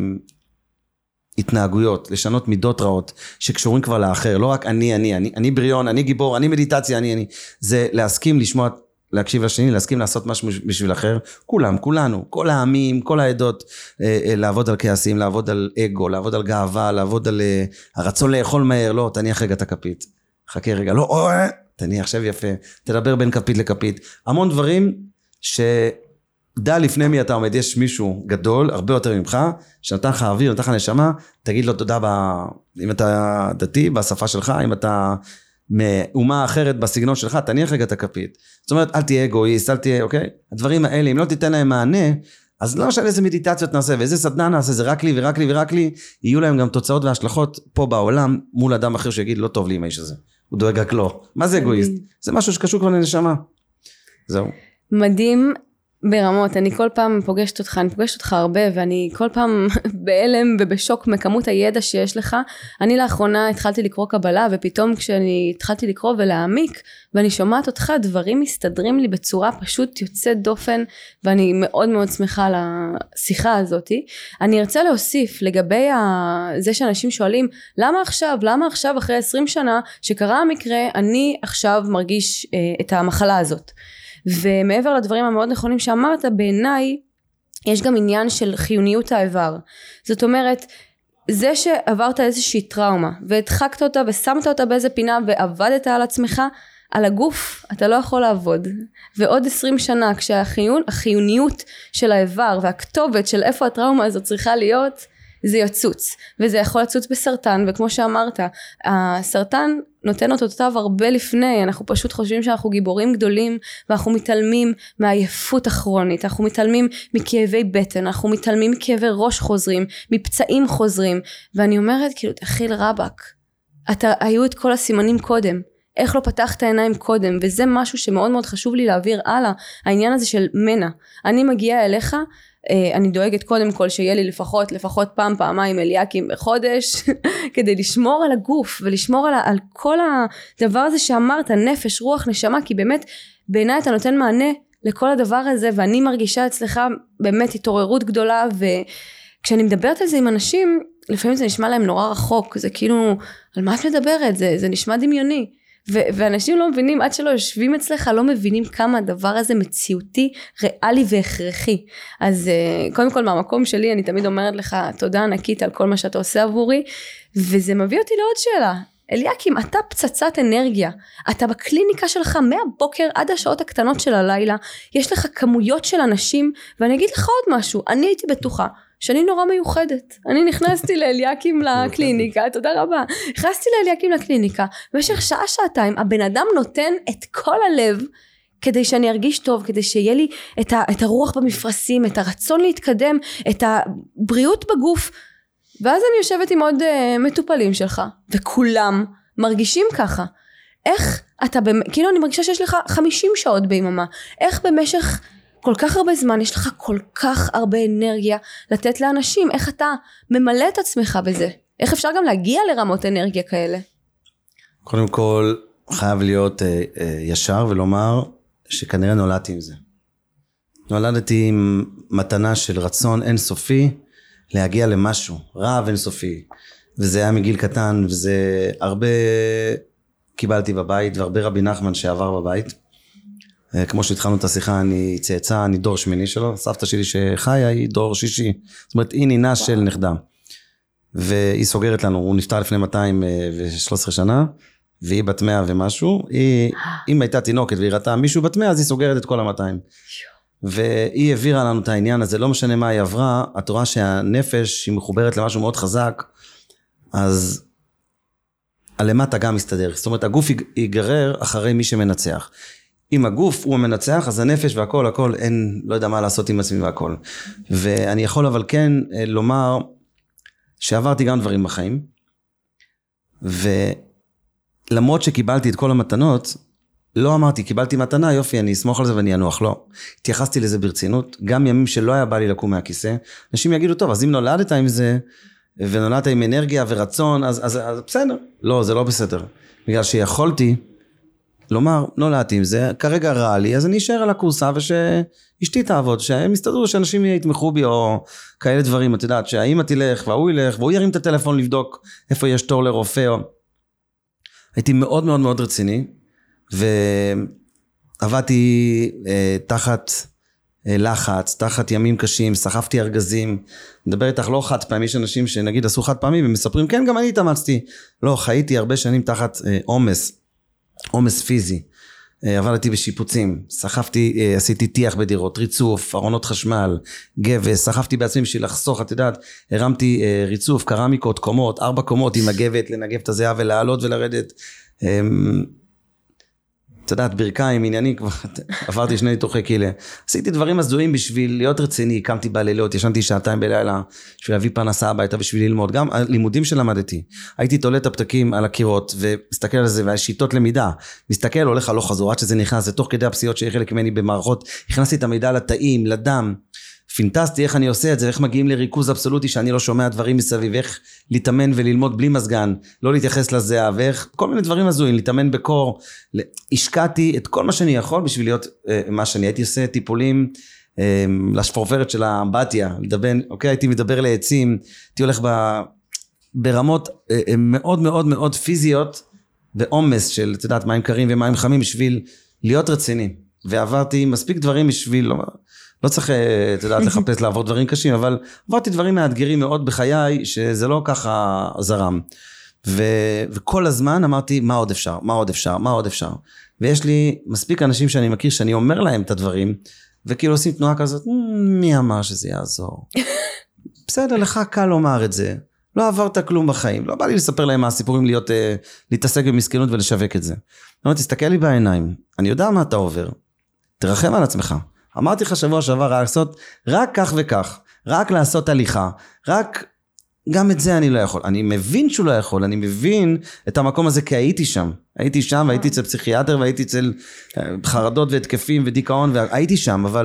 התנהגויות, לשנות מידות רעות, שקשורים כבר לאחר, לא רק אני בריון, אני גיבור, אני מדיטציה, אני, זה להסכים לשמוע, להקשיב לשני, להסכים לעשות משהו בשביל אחר, כולנו, כל העמים, כל העדות, לעבוד על כעסים, לעבוד על אגו, לעבוד על גאווה, לעבוד על הרצון לאכול מהר, לא, תניח רגע את הכפית, חכה רגע, לא, תניח עכשיו יפה, תדבר בין כפית לכפית, המון דברים שדע לפני מי אתה עומד, יש מישהו גדול, הרבה יותר ממך, שנתן לך אוויר, נתן לך נשמה, תגיד לו תודה, אם אתה דתי, בשפה שלך, אם אתה מאומה אחרת בסגנון שלך, תניח רגע את הכפית. זאת אומרת, אל תהיה אגואיסט, אל תהיה, אוקיי? הדברים האלה, אם לא תיתן להם מענה, אז לא משנה איזה מדיטציות נעשה, ואיזה סדנה נעשה, זה רק לי ורק לי ורק לי, יהיו להם גם תוצאות והשלכות פה בעולם, מול אדם אחר שיגיד, לא טוב לי עם האיש הזה. הוא דואג רק לא. מה זה אגואיסט? זה משהו שקשור כבר לנשמה. זהו. מדהים ברמות, אני כל פעם פוגשת אותך הרבה, ואני כל פעם בהלם ובשוק מכמות הידע שיש לך. אני לאחרונה התחלתי לקרוא קבלה, ופתאום כשאני התחלתי לקרוא ולהעמיק, ואני שומעת אותך, דברים מסתדרים לי בצורה פשוט יוצאת דופן, ואני מאוד מאוד שמחה על השיחה הזאת. אני ארצה להוסיף לגבי זה שאנשים שואלים, למה עכשיו אחרי 20 שנה שקרה המקרה, אני עכשיו מרגיש את המחלה הזאת. ומעבר לדברים המאוד נכונים שאמרת, בעיניי יש גם עניין של חיוניות האיבר. זאת אומרת, זה שעברת איזושהי טראומה והדחקת אותה ושמת אותה באיזה פינה ועבדת על עצמך, על הגוף אתה לא יכול לעבוד. ועוד 20 שנה כשהחיוניות של האיבר והכתובת של איפה הטראומה הזאת צריכה להיות, זה יצוץ, וזה יכול לצוץ בסרטן, וכמו שאמרת, הסרטן נותן אותותיו הרבה לפני, אנחנו פשוט חושבים שאנחנו גיבורים גדולים, ואנחנו מתעלמים מהעייפות הכרונית, אנחנו מתעלמים מכאבי בטן, אנחנו מתעלמים מכאבי ראש חוזרים, מפצעים חוזרים, ואני אומרת, כאילו, תחיל רבק, היו את כל הסימנים קודם, איך לא פתחת העיניים קודם, וזה משהו שמאוד מאוד חשוב לי להעביר הלאה, העניין הזה של מנע, אני מגיעה אליך, אני דואגת קודם כל שיהיה לי לפחות פעמיים אליאקים בחודש כדי לשמור על הגוף ולשמור על כל הדבר הזה שאמרת, נפש, רוח, נשמה, כי באמת בעיניי אתה נותן מענה לכל הדבר הזה, ואני מרגישה אצלך באמת התעוררות גדולה, וכשאני מדברת על זה עם אנשים לפעמים זה נשמע להם נורא רחוק, זה כאילו על מה את מדברת, זה נשמע דמיוני, ואנשים לא מבינים, עד שלא יושבים אצלך, לא מבינים כמה הדבר הזה מציאותי, ריאלי והכרחי. אז קודם כל מהמקום שלי, אני תמיד אומרת לך, תודה ענקית על כל מה שאתה עושה עבורי, וזה מביא אותי לעוד שאלה. אליאקים, אתה פצצת אנרגיה, אתה בקליניקה שלך מהבוקר עד השעות הקטנות של הלילה, יש לך כמויות של אנשים, ואני אגיד לך עוד משהו, אני הייתי בטוחה, שאני נורא מיוחדת, אני נכנסתי לאליאקים לקליניקה, תודה רבה, נכנסתי לאליאקים לקליניקה, במשך שעה-שעתיים, הבן אדם נותן את כל הלב, כדי שאני ארגיש טוב, כדי שיהיה לי את הרוח במפרשים, את הרצון להתקדם, את הבריאות בגוף, ואז אני יושבת עם עוד מטופלים שלך, וכולם מרגישים ככה, איך אתה, כאילו אני מרגישה שיש לך 50 שעות ביממה, איך במשך כל כך הרבה זמן, יש לך כל כך הרבה אנרגיה לתת לאנשים, איך אתה ממלא את עצמך בזה, איך אפשר גם להגיע לרמות אנרגיה כאלה? קודם כל, חייב להיות ישר ולומר שכנראה נולדתי עם זה. נולדתי עם מתנה של רצון אינסופי להגיע למשהו, רעב אינסופי. וזה היה מגיל קטן, וזה הרבה קיבלתי בבית, והרבה רבי נחמן שעבר בבית. כמו שהתחלנו את השיחה, אני צאצא, אני דור שמיני שלו, סבתא שלי שחיה היא דור שישי, זאת אומרת היא נינה של נכדה. והיא סוגרת לנו, הוא נפטר לפני 213 שנה, והיא בת 100 ומשהו, אם הייתה תינוקת והיא ראתה מישהו בת 100, אז היא סוגרת את כל 200. והיא העבירה לנו את העניין הזה, לא משנה מה היא עברה, את רואה שהנפש היא מחוברת למשהו מאוד חזק, אז הלמטה גם מסתדר, זאת אומרת הגוף ייגרר אחרי מי שמנצח. אם הגוף הוא המנצח, אז הנפש והכל, הכל, אין, לא יודע מה לעשות עם עצמי והכל. ואני יכול אבל כן לומר, שעברתי גם דברים בחיים, ולמרות שקיבלתי את כל המתנות, לא אמרתי, קיבלתי מתנה, יופי, אני אסמוך על זה ואני אנוח, לא. התייחסתי לזה ברצינות, גם ימים שלא היה בא לי לקום מהכיסא, אנשים יגידו, טוב, אז אם נולדת עם זה, ונולדת עם אנרגיה ורצון, אז בסדר. לא, זה לא בסדר. בגלל שיכולתי לומר, נולדתי עם זה, כרגע רע לי, אז אני אשאר על הקורסה, ושאשתי תעבוד, שהם יסתדרו, שאנשים יתמכו בי, או כאלה דברים, את יודעת, שהאמא תלך, והוא ילך, והוא ירים את הטלפון לבדוק, איפה יש תור לרופא, הייתי מאוד מאוד מאוד רציני, ועבדתי תחת לחץ, תחת ימים קשים, סחפתי ארגזים, מדבר איתך לא חד פעמי, יש אנשים שנגיד עשו חד פעמי, ומספרים, כן, גם אני התאמצתי, לא, חייתי הרבה שנים תחת עומס פיזי, עבדתי בשיפוצים, סחפתי, עשיתי טיח בדירות, ריצוף, ארונות חשמל, גבס, סחפתי בעצמי בשביל לחסוך, את יודעת, הרמתי ריצוף, קרמיקות, קומות, 4 קומות עם הגבת, לנגב את הזיעה ולעלות ולרדת, את יודעת, ברכיים, עניינים, כבר עברתי 2 ניתוחי כלא, עשיתי דברים הזויים בשביל להיות רציני, קמתי בלילות, ישנתי 2 בלילה, בשביל להביא פרנסה הביתה, בשביל ללמוד, גם הלימודים שלמדתי, הייתי תולה את הפתקים על הקירות, ומסתכל על זה, והשיטות למידה, מסתכל, הולך הלוך חזור, עד שזה נכנס, זה תוך כדי הפסיעות שיהיה חלק ממני במערכות, הכנסתי את המידע לתאים, לדם, פינטסטי איך אני עושה את זה, איך מגיעים לריכוז אבסולוטי שאני לא שומע דברים מסביב, איך להתאמן וללמוד בלי מזגן, לא להתייחס לזהה, ואיך כל מיני דברים הזויים, להתאמן בקור, השקעתי את כל מה שאני יכול בשביל להיות מה שאני הייתי עושה, טיפולים לשפורפרת של האמבטיה, לדבן, אוקיי, הייתי מדבר לעצים, הייתי הולך ברמות מאוד מאוד מאוד פיזיות, ועומס של, את יודעת, מים קרים ומים חמים בשביל להיות רציני, ועברתי מספיק דברים בשביל, לא צריך, את יודעת, לחפש לעבור דברים קשים, אבל עברתי דברים מאתגרים מאוד בחיי, שזה לא ככה זרם. וכל הזמן אמרתי, מה עוד אפשר, מה עוד אפשר, מה עוד אפשר. ויש לי מספיק אנשים שאני מכיר, שאני אומר להם את הדברים, וכאילו עושים תנועה כזאת, מי אמר שזה יעזור? בסדר, לך קל לומר את זה. לא עברת כלום בחיים. לא בא לי לספר להם מה הסיפורים להתעסק במסכנות ולשווק את זה. לא, תסתכל לי בעיניים. אני יודע מה אתה עובר. תרחם על עצמך. אמרתי לך שבוע שעבר לעשות רק כך וכך, רק לעשות הליכה, רק גם את זה אני לא יכול. אני מבין שהוא לא יכול, אני מבין את המקום הזה כי הייתי שם. הייתי שם והייתי אצל פסיכיאטר והייתי אצל חרדות והתקפים ודיכאון והייתי שם, אבל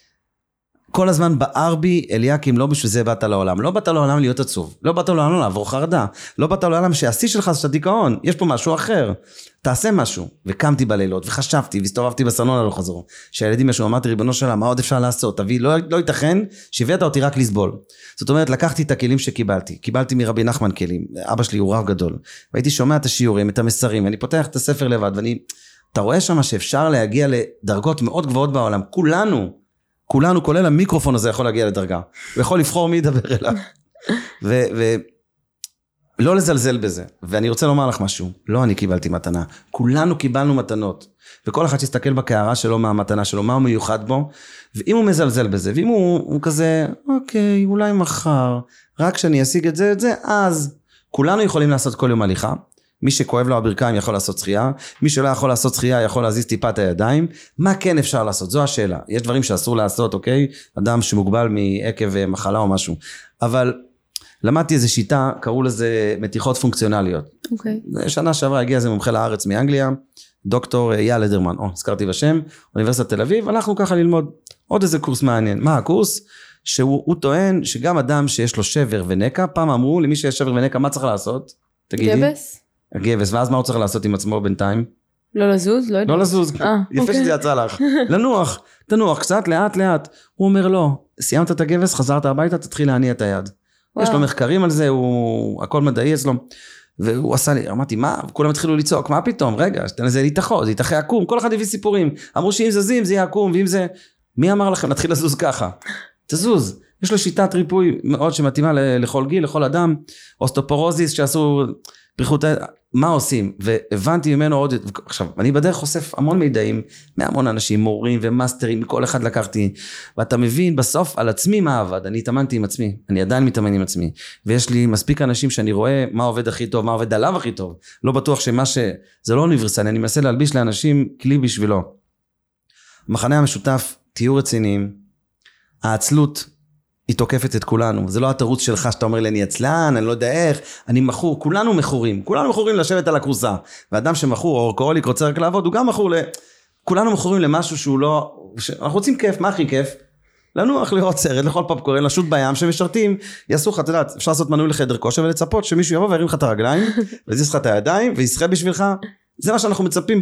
כל הזמן בער בי אליקים, לא בשביל זה באת לעולם. לא באת לעולם להיות עצוב, לא באת לעולם לעבור חרדה, לא באת לעולם שהשיא שלך זה דיכאון, יש פה משהו אחר. תעשה משהו, וקמתי בלילות, וחשבתי, והסתובבתי בסלון הלוך חזור, שהילדים ישו, אמרתי, ריבונו שלה, מה עוד אפשר לעשות? תביא, לא ייתכן שהביאת אותי רק לסבול. זאת אומרת, לקחתי את הכלים שקיבלתי, קיבלתי מרבי נחמן כלים, אבא שלי הוא רב גדול, והייתי שומע את השיעורים, את המסרים, ואני פותח את הספר לבד, אתה רואה שם שאפשר להגיע לדרגות מאוד גבוהות בעולם, כולנו, כולל המיקרופון הזה יכול להגיע לדרגה, ויכול לבחור מי ידבר אליו. לא לזלזל בזה, ואני רוצה לומר לך משהו, לא אני קיבלתי מתנה, כולנו קיבלנו מתנות, וכל אחד שיסתכל בקערה שלו מהמתנה שלו, מה הוא מיוחד בו, ואם הוא מזלזל בזה, ואם הוא כזה, אוקיי, אולי מחר, רק שאני אשיג את זה, אז כולנו יכולים לעשות כל יום הליכה, מי שכואב לו הברכיים יכול לעשות שחייה, מי שלא יכול לעשות שחייה יכול להזיז טיפה את הידיים, מה כן אפשר לעשות? זו השאלה, יש דברים שאסור לעשות, אוקיי? אדם שמוגבל מעקב מחלה או משהו, אבל למדתי איזו שיטה, קראו לזה מתיחות פונקציונליות. אוקיי. שנה שעברה הגיע איזה מומחה לארץ מאנגליה, דוקטור אייל לדרמן, הזכרתי בשם, אוניברסיטת תל אביב, הלכנו ככה ללמוד עוד איזה קורס מעניין. מה הקורס? שהוא טוען שגם אדם שיש לו שבר ונקע, פעם אמרו למי שיש שבר ונקע, מה צריך לעשות? תגידי. גבס? הגבס, ואז מה הוא צריך לעשות עם עצמו בינתיים? לא לזוז? לא יודע. לא לזוז, יפה שזה יצא לך. לנוח, תנוח קצת, לאט לאט. הוא אומר לא, סיימת את הגבס, חזרת הביתה, תתחיל להניע את היד. יש לו מחקרים על זה, הכל מדעי אצלו. והוא עשה לי, אמרתי, מה? כולם התחילו לצעוק, מה פתאום? רגע, שתן לזה להתאחות, זה יתאחה עקום, כל אחד הביא סיפורים. אמרו שאם זזים, זה יהיה עקום, ואם זה... מי אמר לכם? נתחיל לזוז ככה. תזוז. יש לו שיטת ריפוי מאוד שמתאימה לכל גיל, לכל אדם. אוסטופורוזיס שעשו פריחות... מה עושים? והבנתי ממנו עוד... עכשיו, אני בדרך חושף המון מידעים, מהמון אנשים, מורים ומאסטרים, מכל אחד לקחתי, ואתה מבין בסוף על עצמי מה עבד, אני התאמנתי עם עצמי, אני עדיין מתאמן עם עצמי, ויש לי מספיק אנשים שאני רואה מה עובד הכי טוב, מה עובד עליו הכי טוב, לא בטוח שמה ש... זה לא אוניברסלי, אני מנסה להלביש לאנשים כלי בשבילו. המחנה המשותף, תהיו רציניים, העצלות, היא תוקפת את כולנו, זה לא התירוץ שלך שאתה אומר לי אני עצלן, אני לא יודע איך, אני מכור, כולנו מכורים לשבת על הכורסה, ואדם שמכור או אלכוהוליק רוצה רק לעבוד, הוא גם מכור כולנו מכורים למשהו שהוא לא, אנחנו רוצים כיף, מה הכי כיף? לנוח, לראות סרט, לאכול פופקורן, לשוט בים, שמשרתים, יעשו לך, אתה יודע, אפשר לעשות מנוי לחדר כושר ולצפות שמישהו יבוא וירים לך את הרגליים, ויזיז לך את הידיים, וישחה בשבילך, זה מה שאנחנו מצפים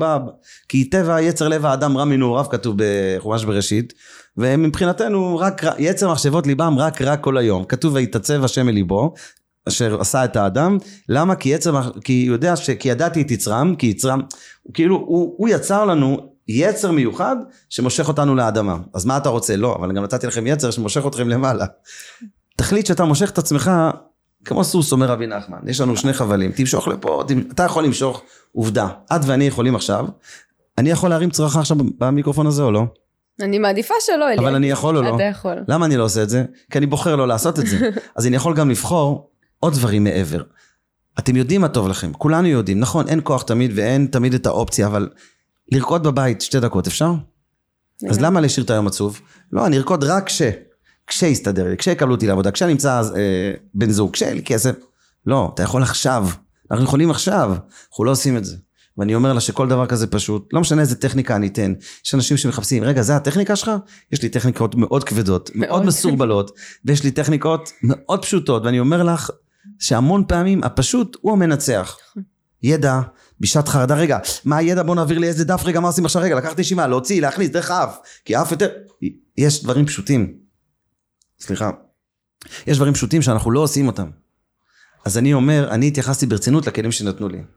כי טבע יצר לב האדם רע מנעוריו, כתוב בחומש בראשית, ומבחינתנו רק יצר מחשבות ליבם רק רע כל היום, כתוב ויתעצב השם אל ליבו, אשר עשה את האדם, למה? כי ידעתי את יצרם, כי יצרם, כאילו הוא יצר לנו יצר מיוחד שמושך אותנו לאדמה, אז מה אתה רוצה? לא, אבל גם נתתי לכם יצר שמושך אתכם למעלה, תחליט שאתה מושך את עצמך, כמו סוס אומר רבי נחמן, יש לנו שני חבלים, תמשוך לפה, אתה יכול למשוך, עובדה, את ואני יכולים עכשיו, אני יכול להרים צרחה עכשיו במיקרופון הזה או לא? אני מעדיפה שלא, אליה. אבל אני יכול או לא? אתה יכול. למה אני לא עושה את זה? כי אני בוחר לא לעשות את זה, אז אני יכול גם לבחור עוד דברים מעבר, אתם יודעים מה טוב לכם, כולנו יודעים, נכון, אין כוח תמיד ואין תמיד את האופציה, אבל לרקוד בבית 2 דקות אפשר? אז למה להשאיר את היום עצוב? לא, אני ארקוד רק כשיסתדר לי, כשיקבלו אותי לעבודה, כשנמצא בן זוג, כשאין לי כסף, לא, אתה יכול עכשיו, אנחנו יכולים עכשיו, אנחנו לא עושים את זה, ואני אומר לה שכל דבר כזה פשוט, לא משנה איזה טכניקה אני אתן, יש אנשים שמחפשים, רגע, זה הטכניקה שלך? יש לי טכניקות מאוד כבדות, מאוד מסורבלות, ויש לי טכניקות מאוד פשוטות, ואני אומר לך, שהמון פעמים הפשוט הוא המנצח, ידע, בשעת חרדה, רגע, מה הידע? בוא נעביר לי איזה דף, רגע, מה עושים עכשיו? רגע, לקחתי נשימה, להוציא, להכניס, דרך האף, כי האף יותר, יש דברים פשוטים, סליחה, יש דברים פשוטים שאנחנו לא עושים אותם, אז אני אומר, אני התייחסתי ברצינות לכלים שנתנו לי,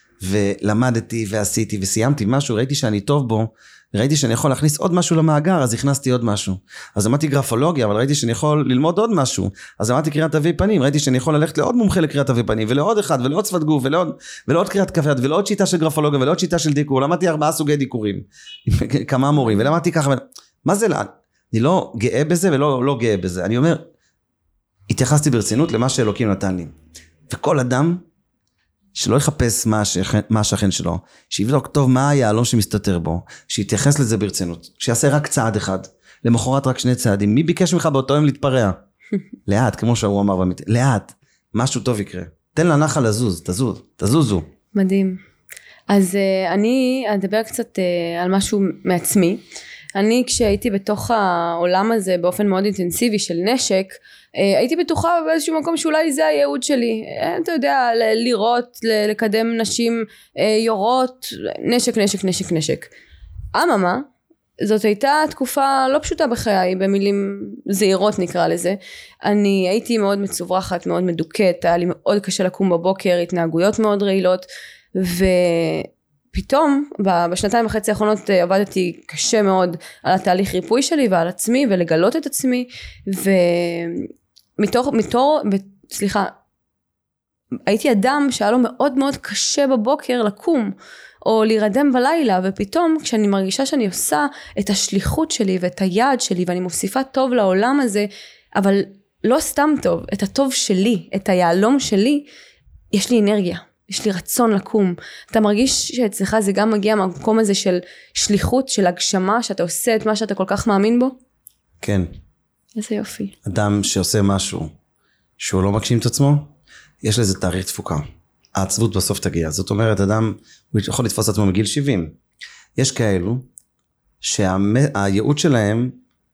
ולמדתי ועשיתי וסיימתי משהו, ראיתי שאני טוב בו, ראיתי שאני יכול להכניס עוד משהו למאגר, אז הכנסתי עוד משהו, אז למדתי גרפולוגיה, אבל ראיתי שאני יכול ללמוד עוד משהו, אז למדתי קריאת תווי פנים, ראיתי שאני יכול ללכת לעוד מומחה לקריאת תווי פנים, ולעוד אחד, ולעוד שפת גוף, ולעוד קריאת כף יד, ולעוד שיטה של גרפולוגיה, ולעוד שיטה של דיקור, למדתי 4 סוגי דיקורים, כמה מורים, ולמדתי ככה, מה זה? אני לא גאה בזה ולא לא גאה בזה, אני אומר, התייחסתי ברצינות למה שאלוקים נתן לי, וכל אדם שלא יחפש מה השכן שלו, שיבדוק טוב מה היעלון שמסתתר בו, שיתייחס לזה ברצינות, שיעשה רק צעד אחד, למחרת רק 2 צעדים, מי ביקש ממך באותו יום להתפרע? לאט, כמו שהוא אמר במיטה, לאט, משהו טוב יקרה, תן לנחל לזוז, תזוזו. מדהים. אז אני אדבר קצת על משהו מעצמי, אני כשהייתי בתוך העולם הזה באופן מאוד אינטנסיבי של נשק, הייתי בטוחה באיזשהו מקום שאולי זה הייעוד שלי, אתה יודע, לראות, לקדם נשים יורות, נשק. אממה, זאת הייתה תקופה לא פשוטה בחיי, במילים זהירות נקרא לזה, אני הייתי מאוד מצוברחת, מאוד מדוכאת, היה לי מאוד קשה לקום בבוקר, התנהגויות מאוד רעילות, פתאום בשנתיים וחצי האחרונות עבדתי קשה מאוד על התהליך ריפוי שלי ועל עצמי ולגלות את עצמי הייתי אדם שהיה לו מאוד מאוד קשה בבוקר לקום או להירדם בלילה, ופתאום כשאני מרגישה שאני עושה את השליחות שלי ואת היעד שלי ואני מוסיפה טוב לעולם הזה, אבל לא סתם טוב, את הטוב שלי, את היעלום שלי, יש לי אנרגיה. יש לי רצון לקום, אתה מרגיש שאצלך זה גם מגיע מהמקום הזה של שליחות, של הגשמה, שאתה עושה את מה שאתה כל כך מאמין בו? כן. איזה יופי. אדם שעושה משהו, שהוא לא מגשים את עצמו, יש לזה תאריך תפוקה. העצבות בסוף תגיע, זאת אומרת, אדם, הוא יכול לתפוס עצמו מגיל 70. יש כאלו, שהייעוד שלהם,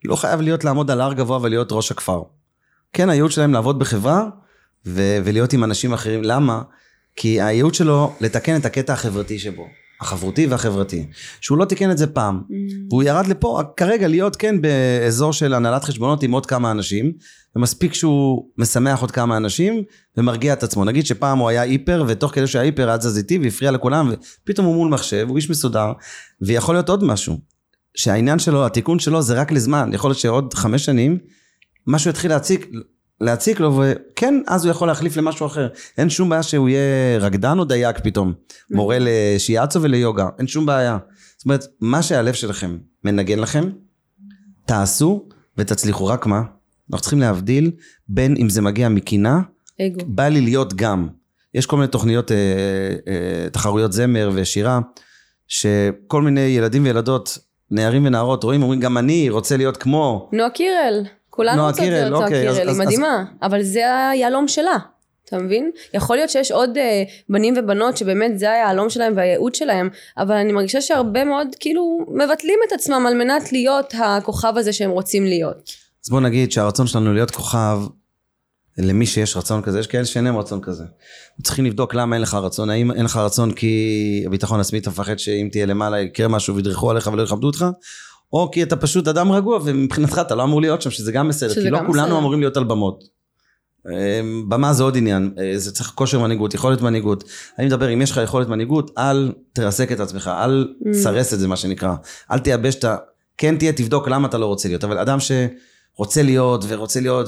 לא חייב לעמוד על הר גבוה ולהיות ראש הכפר. כן, הייעוד שלהם לעבוד בחברה, ולהיות עם אנשים אחרים. למה? כי הייעוד שלו לתקן את הקטע החברתי שבו. החברותי והחברתי. שהוא לא תיקן את זה פעם. והוא ירד לפה, כרגע להיות כן באזור של הנהלת חשבונות עם עוד כמה אנשים, ומספיק שהוא משמח עוד כמה אנשים, ומרגיע את עצמו. נגיד שפעם הוא היה היפר, ותוך כדי שהיה היפר היה זז איתי, והפריע לכולם, ופתאום הוא מול מחשב, הוא איש מסודר, ויכול להיות עוד משהו. שהעניין שלו, התיקון שלו זה רק לזמן. יכול להיות שעוד 5 שנים, משהו יתחיל להציק לו, וכן, אז הוא יכול להחליף למשהו אחר. אין שום בעיה שהוא יהיה רקדן או דייק פתאום. מורה לשיאצו וליוגה. אין שום בעיה. זאת אומרת, מה שהלב שלכם מנגן לכם, תעשו ותצליחו. רק מה? אנחנו צריכים להבדיל בין אם זה מגיע מקינה, בא לי להיות גם. יש כל מיני תוכניות, תחרויות זמר ושירה, שכל מיני ילדים וילדות, נערים ונערות, רואים, אומרים, גם אני רוצה להיות כמו... נועה קירל. כולנו רוצות להיות נועה קירל, היא מדהימה. אבל זה היעלום שלה. אתה מבין? יכול להיות שיש עוד בנים ובנות שבאמת זה היעלום שלהם והייעוד שלהם, אבל אני מרגישה שהרבה מאוד כאילו מבטלים את עצמם על מנת להיות הכוכב הזה שהם רוצים להיות. אז בוא נגיד שהרצון שלנו להיות כוכב, למי שיש רצון כזה, יש כאלה שאין להם רצון כזה. צריכים לבדוק למה אין לך רצון, האם אין לך רצון כי הביטחון עצמי אתה מפחד שאם תהיה למעלה יקרה משהו וידרכו עליך ולא יכבדו אותך, או כי אתה פשוט אדם רגוע ומבחינתך אתה לא אמור להיות שם, שזה גם בסדר, כי לא כולנו אמורים להיות על במות. במה זה עוד עניין, זה צריך כושר מנהיגות, יכולת מנהיגות. אני מדבר, אם יש לך יכולת מנהיגות, אל תרסק את עצמך, אל תסרס את זה מה שנקרא, אל תייבש את כן תהיה, תבדוק למה אתה לא רוצה להיות, אבל אדם שרוצה להיות ורוצה להיות,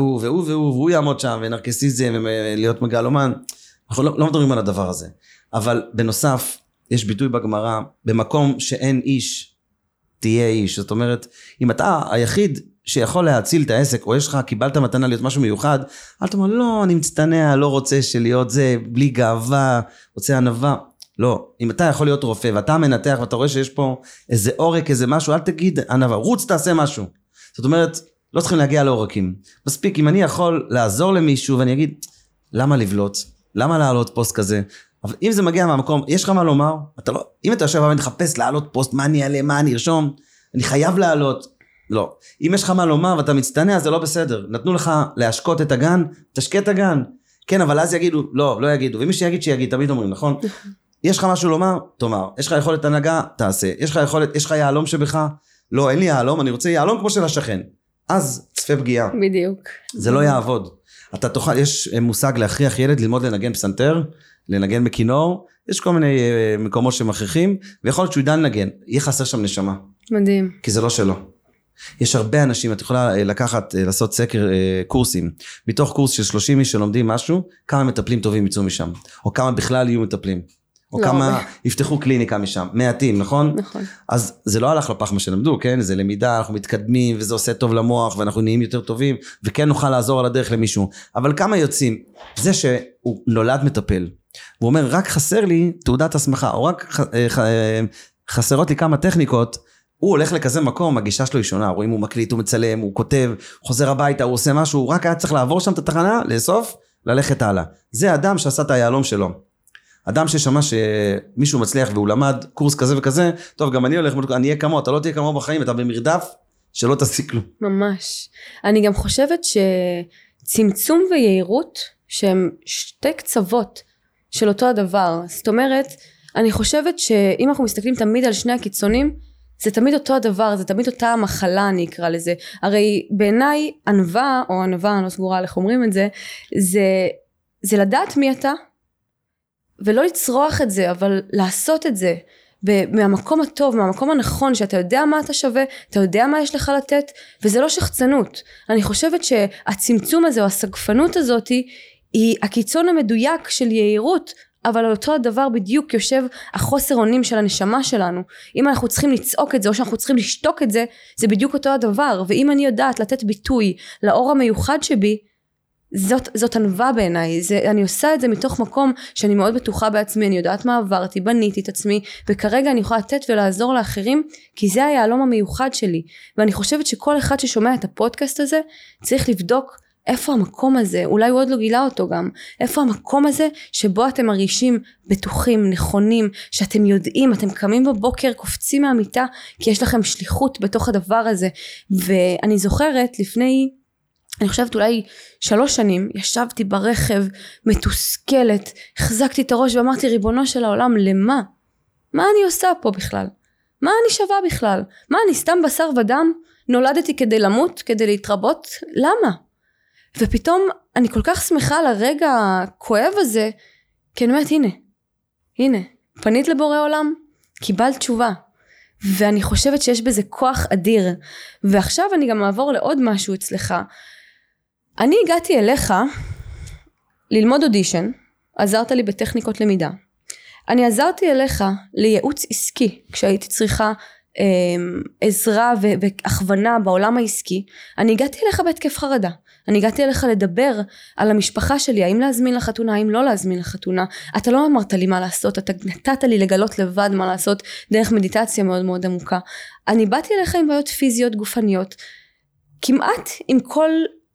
והוא יעמוד שם, ונרקסיזם, ולהיות מגלומן, אנחנו לא מדברים על הדבר הזה. אבל בנוסף, יש ביטוי בגמרא, במקום שאין איש, תהיה איש. זאת אומרת, אם אתה היחיד שיכול להציל את העסק, או יש לך, קיבלת מתנה להיות משהו מיוחד, אל תאמר, לא, אני מצטנע, לא רוצה שלהיות זה, בלי גאווה, רוצה ענווה. לא, אם אתה יכול להיות רופא, ואתה מנתח, ואתה רואה שיש פה איזה עורק, איזה משהו, אל תגיד ענווה, רוץ תעשה משהו. זאת אומרת, לא צריכים להגיע לעורקים. מספיק, אם אני יכול לעזור למישהו, ואני אגיד, למה לבלוט? למה לעלות פוסט כזה? אבל אם זה מגיע מהמקום, יש לך מה לומר? אתה לא, אם אתה יושב ואני תחפש לעלות פוסט, מה אני אעלה, מה אני ארשום? אני חייב לעלות. לא. אם יש לך מה לומר ואתה מצטנע, זה לא בסדר. נתנו לך להשקות את הגן, תשקה את הגן. כן, אבל אז יגידו, לא יגידו. ומי שיגיד, שיגיד, תמיד אומרים, נכון? יש לך משהו לומר? תאמר. יש לך יכולת הנהגה? תעשה. יש לך יעלום שבך? לא, אין לי יעלום, אני רוצה יעלום כמו של השכן. אז צפה פגיעה. בדיוק. זה לא יעבוד. אתה תוכל, יש מושג להכריח ילד ללמוד לנגן פסנתר, לנגן בכינור, יש כל מיני מקומות שמכריחים, ויכול להיות שהוא ידע לנגן, יהיה חסר שם נשמה. מדהים. כי זה לא שלו. יש הרבה אנשים, את יכולה לקחת, לעשות סקר קורסים, מתוך קורס של 30 איש שלומדים משהו, כמה מטפלים טובים יצאו משם, או כמה בכלל יהיו מטפלים, או כמה יפתחו קליניקה משם, מעטים, נכון? נכון. אז זה לא הלך לפח מה שלמדו, כן? זה למידה, אנחנו מתקדמים, וזה עושה טוב למוח, ואנחנו נהיים יותר טובים, וכן נוכל לעזור על הדרך למישהו, אבל כמה יוצאים? זה שהוא נולד מטפל, והוא אומר, רק חסר לי תעודת הסמכה, או רק חסרות לי כמה טכניקות, הוא הולך לכזה מקום, הגישה שלו היא שונה, רואים הוא מקליט, הוא מצלם, הוא כותב, חוזר הביתה, הוא עושה משהו, הוא רק היה צריך לעבור שם את התחנה, לאסוף, ללכת הלאה. זה אדם שעשה את היעלום שלו. אדם ששמע שמישהו מצליח והוא למד קורס כזה וכזה, טוב, גם אני הולך, אני אהיה כמו, אתה לא תהיה כמו בחיים, אתה במרדף, שלא תעשי כלום. ממש. אני גם חושבת שצמצום ויהירות, שהם שתי קצוות של אותו הדבר. זאת אומרת, אני חושבת שאם אנחנו מסתכלים תמיד על שני הקיצונים, זה תמיד אותו הדבר, זה תמיד אותה המחלה אני אקרא לזה. הרי בעיניי ענווה, או ענווה, אני לא סגורה איך אומרים את זה, זה לדעת מי אתה, ולא לצרוח את זה, אבל לעשות את זה, מהמקום הטוב, מהמקום הנכון, שאתה יודע מה אתה שווה, אתה יודע מה יש לך לתת, וזה לא שחצנות. אני חושבת שהצמצום הזה, או הסגפנות הזאת, היא הקיצון המדויק של יהירות, אבל על אותו הדבר בדיוק יושב החוסר אונים של הנשמה שלנו. אם אנחנו צריכים לצעוק את זה, או שאנחנו צריכים לשתוק את זה, זה בדיוק אותו הדבר. ואם אני יודעת לתת ביטוי לאור המיוחד שבי, זאת ענווה בעיניי. אני עושה את זה מתוך מקום שאני מאוד בטוחה בעצמי, אני יודעת מה עברתי, בניתי את עצמי, וכרגע אני יכולה לתת ולעזור לאחרים, כי זה היעלום המיוחד שלי. ואני חושבת שכל אחד ששומע את הפודקאסט הזה, צריך לבדוק איפה המקום הזה, אולי הוא עוד לא גילה אותו גם, איפה המקום הזה שבו אתם מרגישים בטוחים, נכונים, שאתם יודעים, אתם קמים בבוקר, קופצים מהמיטה, כי יש לכם שליחות בתוך הדבר הזה. ואני זוכרת לפני, אני חושבת אולי 3 שנים, ישבתי ברכב מתוסכלת, החזקתי את הראש ואמרתי, ריבונו של העולם, למה? מה אני עושה פה בכלל? מה אני שווה בכלל? מה, אני סתם בשר ודם? נולדתי כדי למות, כדי להתרבות? למה? ופתאום אני כל כך שמחה על הרגע הכואב הזה, כי אני אומרת, הנה, פנית לבורא עולם, קיבלת תשובה. ואני חושבת שיש בזה כוח אדיר. ועכשיו אני גם אעבור לעוד משהו אצלך. אני הגעתי אליך ללמוד אודישן, עזרת לי בטכניקות למידה. אני עזרתי אליך לייעוץ עסקי, כשהייתי צריכה עזרה והכוונה בעולם העסקי. אני הגעתי אליך בהתקף חרדה. אני הגעתי אליך לדבר על המשפחה שלי, האם להזמין לחתונה, האם לא להזמין לחתונה. אתה לא אמרת לי מה לעשות, אתה נתת לי לגלות לבד מה לעשות, דרך מדיטציה מאוד מאוד עמוקה. אני באתי אליך עם בעיות פיזיות גופניות, כמעט עם כל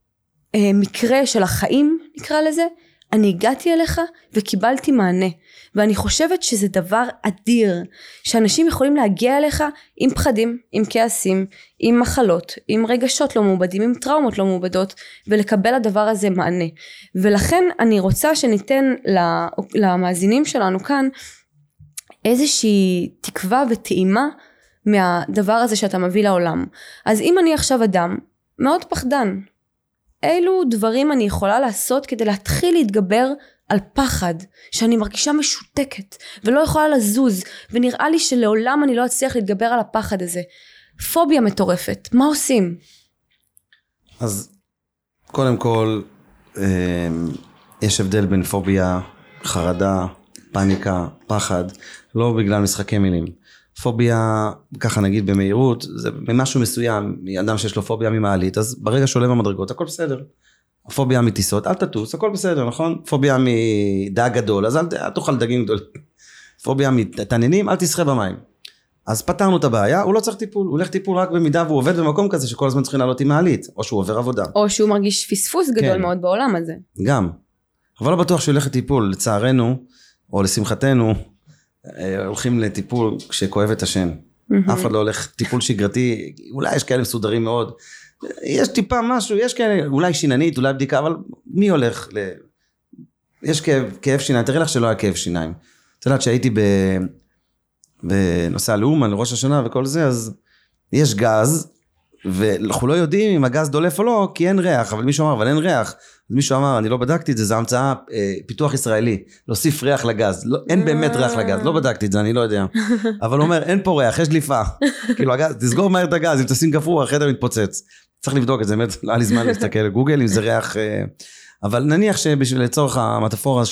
מקרה של החיים נקרא לזה, אני הגעתי אליך וקיבלתי מענה. ואני חושבת שזה דבר אדיר, שאנשים יכולים להגיע אליך עם פחדים, עם כעסים, עם מחלות, עם רגשות לא מעובדים, עם טראומות לא מעובדות, ולקבל הדבר הזה מענה. ולכן אני רוצה שניתן למאזינים שלנו כאן, איזושהי תקווה וטעימה, מהדבר הזה שאתה מביא לעולם. אז אם אני עכשיו אדם, מאוד פחדן, אילו דברים אני יכולה לעשות, כדי להתחיל להתגבר על פחד, שאני מרגישה משותקת, ולא יכולה לזוז, ונראה לי שלעולם אני לא אצליח להתגבר על הפחד הזה. פוביה מטורפת, מה עושים? אז קודם כל, יש הבדל בין פוביה, חרדה, פאניקה, פחד, לא בגלל משחקי מילים. פוביה, ככה נגיד במהירות, זה משהו מסוים, אדם שיש לו פוביה ממעלית, אז ברגע שעולה במדרגות, הכל בסדר. פוביה מטיסות, אל תטוס, הכל בסדר, נכון? פוביה מדג גדול, אז אל תאכל דגים גדולים. פוביה מתעניינים, אל תשחה במים. אז פתרנו את הבעיה, הוא לא צריך טיפול, הוא הולך טיפול רק במידה והוא עובד במקום כזה שכל הזמן צריכים לעלות עם מעלית, או שהוא עובר עבודה. או שהוא מרגיש פספוס גדול מאוד בעולם הזה. גם. אבל לא בטוח שהוא הולך לטיפול, לצערנו, או לשמחתנו, הולכים לטיפול כשכואב את השן. אף אחד לא הולך טיפול שגרתי, אולי יש כאלה מסודרים מאוד, יש טיפה משהו, יש כאלה, אולי שיננית, אולי בדיקה, אבל מי הולך יש כאב שיניים, תראי לך שלא היה כאב שיניים. את יודעת שהייתי בנושא הלאומן, לראש השנה וכל זה, אז יש גז, ואנחנו לא יודעים אם הגז דולף או לא, כי אין ריח, אבל מישהו אמר, אבל אין ריח. אז מישהו אמר, אני לא בדקתי את זה, זה המצאה, פיתוח ישראלי, להוסיף ריח לגז. לא, אין באמת ריח לגז, לא בדקתי את זה, אני לא יודע. אבל הוא אומר, אין פה ריח, יש דליפה. כאילו, הגז, תסגור מהר את הגז, אם תשים גפרור, החדר מתפוצץ. צריך לבדוק את זה, באמת, לא היה לי זמן להסתכל לגוגל, אם זה ריח, אבל נניח שבשביל לצורך המטאפורה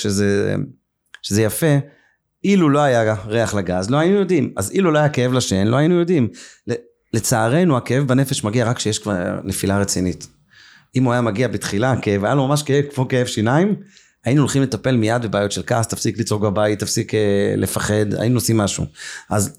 שזה יפה, אילו לא היה ריח לגז, לא היינו יודעים. אז אילו לא היה כאב לשן, לא היינו יודעים. לצערנו, הכאב בנפש מגיע רק כשיש כבר נפילה רצינית. אם הוא היה מגיע בתחילה, כאב, היה לו ממש כאב, כמו כאב שיניים, היינו הולכים לטפל מיד בבעיות של כעס, תפסיק לצעוק בבית, תפסיק לפחד, היינו עושים משהו. אז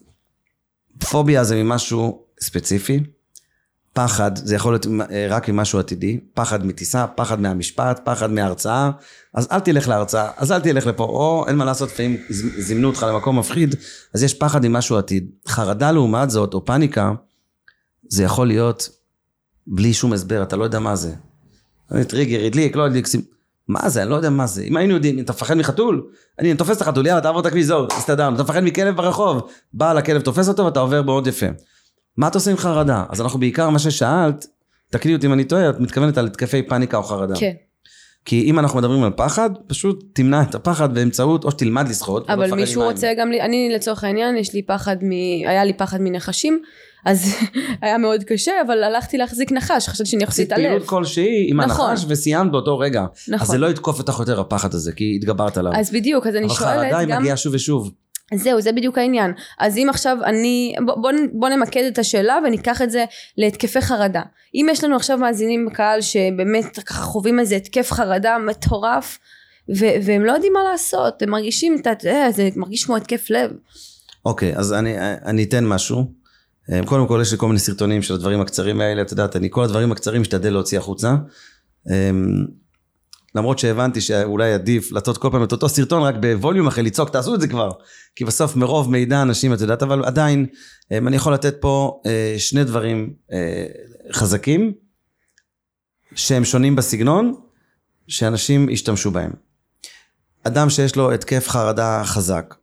פוביה זה ממשהו ספציפי, פחד, זה יכול להיות רק ממשהו עתידי, פחד מטיסה, פחד מהמשפט, פחד מההרצאה, אז אל תלך להרצאה, אז אל תלך לפה, או אין מה לעשות, לפעמים זימנו אותך למקום מפחיד, אז יש פחד ממשהו עתיד. חרדה לעומת זאת, או פאניקה, זה יכול להיות בלי שום הסבר, אתה לא יודע מה זה. טריגר, הדליק, לא הדליק, מה זה, אני לא יודע מה זה. אם היינו יודעים, אתה מפחד מחתול, אני תופס את החתול, יאללה, תעבור את הכביש, זהו, תסתדרנו. אתה מפחד מכלב ברחוב, בא לכלב, תופס אותו ואתה עובר מאוד יפה. מה אתה עושה עם חרדה? אז אנחנו בעיקר מה ששאלת, תקני אותי אם אני טועה, את מתכוונת על התקפי פאניקה או חרדה. כן. כי אם אנחנו מדברים על פחד, פשוט תמנע את הפחד באמצעות, או שתלמד לשחות. אבל מישהו רוצה גם, אני לצורך העניין, היה לי פחד מנחשים, אז היה מאוד קשה, אבל הלכתי להחזיק נחש, חשבתי שאני אחזיק את הלב. פעילות כלשהי עם הנחש וסיימת באותו רגע. אז זה לא יתקוף אותך יותר הפחד הזה, כי התגברת עליו. אז בדיוק, אז אני שואלת גם... אבל חרדה היא מגיעה שוב ושוב. זהו, זה בדיוק העניין. אז אם עכשיו בוא נמקד את השאלה וניקח את זה להתקפי חרדה. אם יש לנו עכשיו מאזינים בקהל שבאמת ככה חווים איזה התקף חרדה מטורף, והם לא יודעים מה לעשות, הם מרגישים, זה מרגיש כמו התקף לב. אוקיי, אז אני אתן משהו. קודם כל יש לי כל מיני סרטונים של הדברים הקצרים האלה, את יודעת, אני כל הדברים הקצרים משתדל להוציא החוצה, למרות שהבנתי שאולי עדיף לעשות כל פעם את אותו סרטון, רק בווליום אחרי לצעוק, תעשו את זה כבר, כי בסוף מרוב מידע אנשים, את יודעת, אבל עדיין, אני יכול לתת פה שני דברים חזקים, שהם שונים בסגנון, שאנשים ישתמשו בהם. אדם שיש לו התקף חרדה חזק,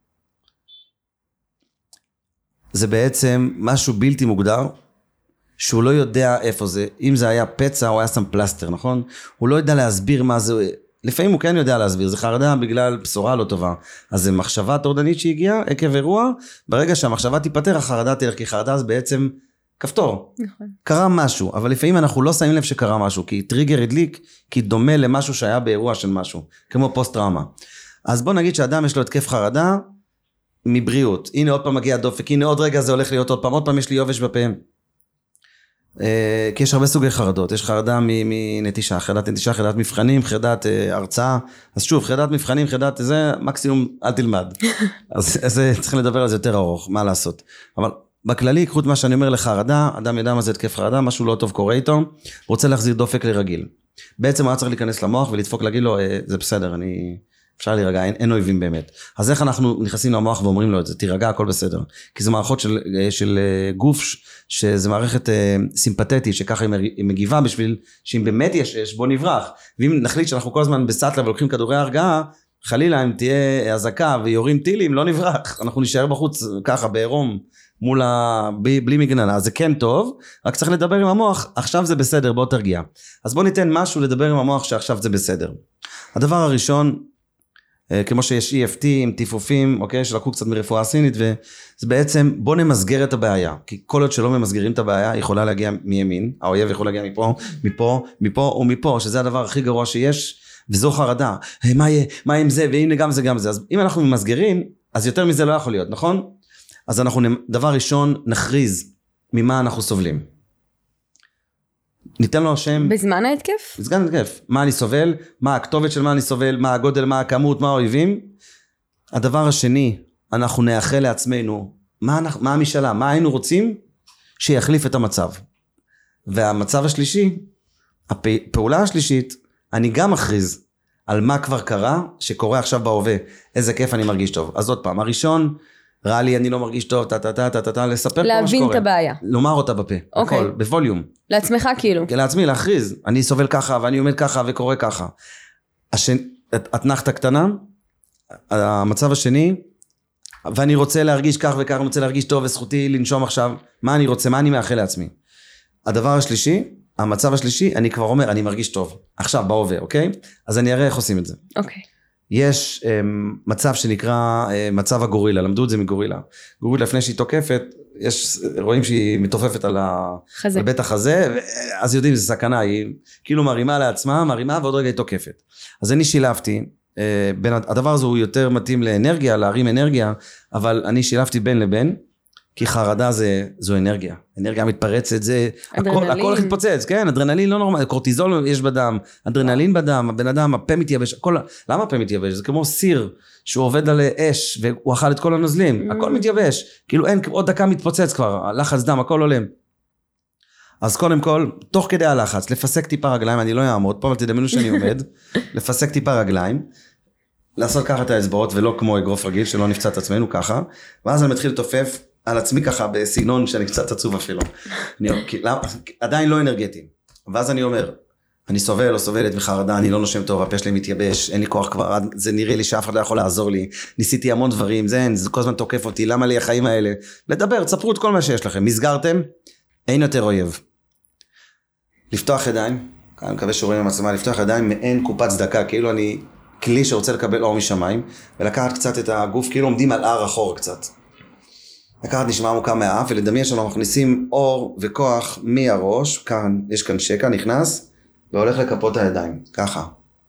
זה בעצם משהו בלתי מוגדר, שהוא לא יודע איפה זה, אם זה היה פצע או היה שם פלסטר, נכון? הוא לא יודע להסביר מה זה, לפעמים הוא כן יודע להסביר, זה חרדה בגלל בשורה לא טובה, אז זה מחשבה טורדנית שהגיעה, עקב אירוע, ברגע שהמחשבה תיפטר, החרדה תלך, כי חרדה זה בעצם כפתור, נכון. קרה משהו, אבל לפעמים אנחנו לא שמים לב שקרה משהו, כי טריגר הדליק, כי דומה למשהו שהיה באירוע של משהו, כמו פוסט טראומה. אז בוא נגיד שאדם יש לו התקף חרדה, מבריאות, הנה עוד פעם מגיע דופק, הנה עוד רגע זה הולך להיות עוד פעם יש לי יובש בפה. כי יש הרבה סוגי חרדות, יש חרדה מנטישה, חרדת נטישה, חרדת מבחנים, חרדת הרצאה, אז שוב, חרדת מבחנים, חרדת זה, מקסימום אל תלמד, אז צריך לדבר על זה יותר ארוך, מה לעשות, אבל בכללי, קחו את מה שאני אומר לחרדה, אדם ידע מה זה התקף חרדה, משהו לא טוב קורה איתו, רוצה להחזיר דופק לרגיל, בעצם היה צריך להיכנס למוח ולדפוק להגיד לו, זה בסדר, אפשר להירגע, אין אויבים באמת. אז איך אנחנו נכנסים למוח ואומרים לו את זה? תירגע, הכל בסדר. כי זה מערכות של גוף, שזה מערכת סימפתטית, שככה היא מגיבה בשביל, שאם באמת יש, בוא נברח. ואם נחליט שאנחנו כל הזמן בסטלה ולוקחים כדורי הרגעה, חלילה אם תהיה הזקה ויורים טילים, לא נברח. אנחנו נשאר בחוץ ככה, בעירום, בלי מגננה. אז זה כן טוב, רק צריך לדבר עם המוח, עכשיו זה בסדר, בוא תרגיע. אז בוא ניתן משהו לדבר עם המוח שעכשיו זה בסדר. הדבר הראשון, כמו שיש EFT עם טיפופים, אוקיי, שלקחו קצת מרפואה סינית, וזה בעצם, בוא נמסגר את הבעיה, כי כל עוד שלא ממסגרים את הבעיה, היא יכולה להגיע מימין, האויב יכול להגיע מפה ומפה, שזה הדבר הכי גרוע שיש, וזו חרדה, מה יהיה עם זה, והנה גם זה, אז אם אנחנו ממסגרים, אז יותר מזה לא יכול להיות, נכון? אז אנחנו, דבר ראשון, נכריז ממה אנחנו סובלים. ניתן לו השם בזמן ההתקף? בזמן ההתקף, מה אני סובל, מה הכתובת של מה אני סובל, מה הגודל, מה הכמות, מה האויבים. הדבר השני, אנחנו נאחל לעצמנו, מה המשאלה, מה היינו רוצים שיחליף את המצב. והמצב השלישי, הפעולה השלישית, אני גם מכריז על מה כבר קרה, שקורה עכשיו בהווה, איזה כיף אני מרגיש טוב. אז עוד פעם, הראשון, ראה לי אני לא מרגיש טוב, לספר כל מה שקורה. להבין את הבעיה. לומר אותה בפה, הכל, בווליום. לעצמך כאילו. לעצמי, להכריז. אני סובל ככה, ואני עומד ככה, וקורא ככה. התנחת קטנה, המצב השני, ואני רוצה להרגיש כך וכך, אני רוצה להרגיש טוב, וזכותי לנשום עכשיו, מה אני רוצה, מה אני מאחל לעצמי. הדבר השלישי, המצב השלישי, אני כבר אומר, אני מרגיש טוב. עכשיו, בהווה, אוקיי? אז אני אראה איך עושים את זה. אוקיי. יש מצב שנקרא מצב הגורילה, למדו את זה מגורילה. גורילה לפני שהיא תוקפת, רואים שהיא מתופפת על בית החזה, אז יודעים זה סכנה, היא כאילו מרימה לעצמה, מרימה ועוד רגע היא תוקפת. אז אני שילבתי, הדבר הזה הוא יותר מתאים לאנרגיה, להרים אנרגיה, אבל אני שילבתי בין לבין, כי חרדה זו אנרגיה, אנרגיה מתפרצת, זה הכל הולך להתפוצץ, כן, אדרנלין לא נורמלי, קורטיזול יש בדם, אדרנלין בדם, הבן אדם, הפה מתייבש, למה הפה מתייבש? זה כמו סיר שהוא עובד על אש, והוא אכל את כל הנוזלים, הכל מתייבש, כאילו אין, עוד דקה מתפוצץ כבר, לחץ דם, הכל עולם. אז קודם כל, תוך כדי הלחץ, לפסק טיפה רגליים, אני לא אעמוד פה, אבל תדמיינו שאני עומד, לפסק טיפה רגליים, לעשות ככה את האצבעות, ולא כמו אגרוף רגיל, שלא נפצע את עצמנו ככה, ואז אני מתחיל לתופף על עצמי ככה, בסגנון שאני קצת עצוב אפילו. עדיין לא אנרגטי. ואז אני אומר, אני סובל או סובלת מחרדה, אני לא נושם טוב, הפה שלי מתייבש, אין לי כוח כבר, זה נראה לי שאף אחד לא יכול לעזור לי, ניסיתי המון דברים, זה כל הזמן תוקף אותי, למה לי החיים האלה? לדבר, תספרו את כל מה שיש לכם, מסגרתם, אין יותר אויב. לפתוח ידיים, אני מקווה שרואים במצלמה, לפתוח ידיים מעין קופת צדקה, כאילו אני כלי שרוצה לקבל אור משמיים, ולקחת קצת את הגוף, כאילו עומדים על הר אחורה קצת. לקחת נשימה עמוקה מהאף, ולדמיין שאנחנו מכניסים אור וכוח מהראש, כאן, יש כאן שקע, נכנס, והולך לכפות הידיים, ככה.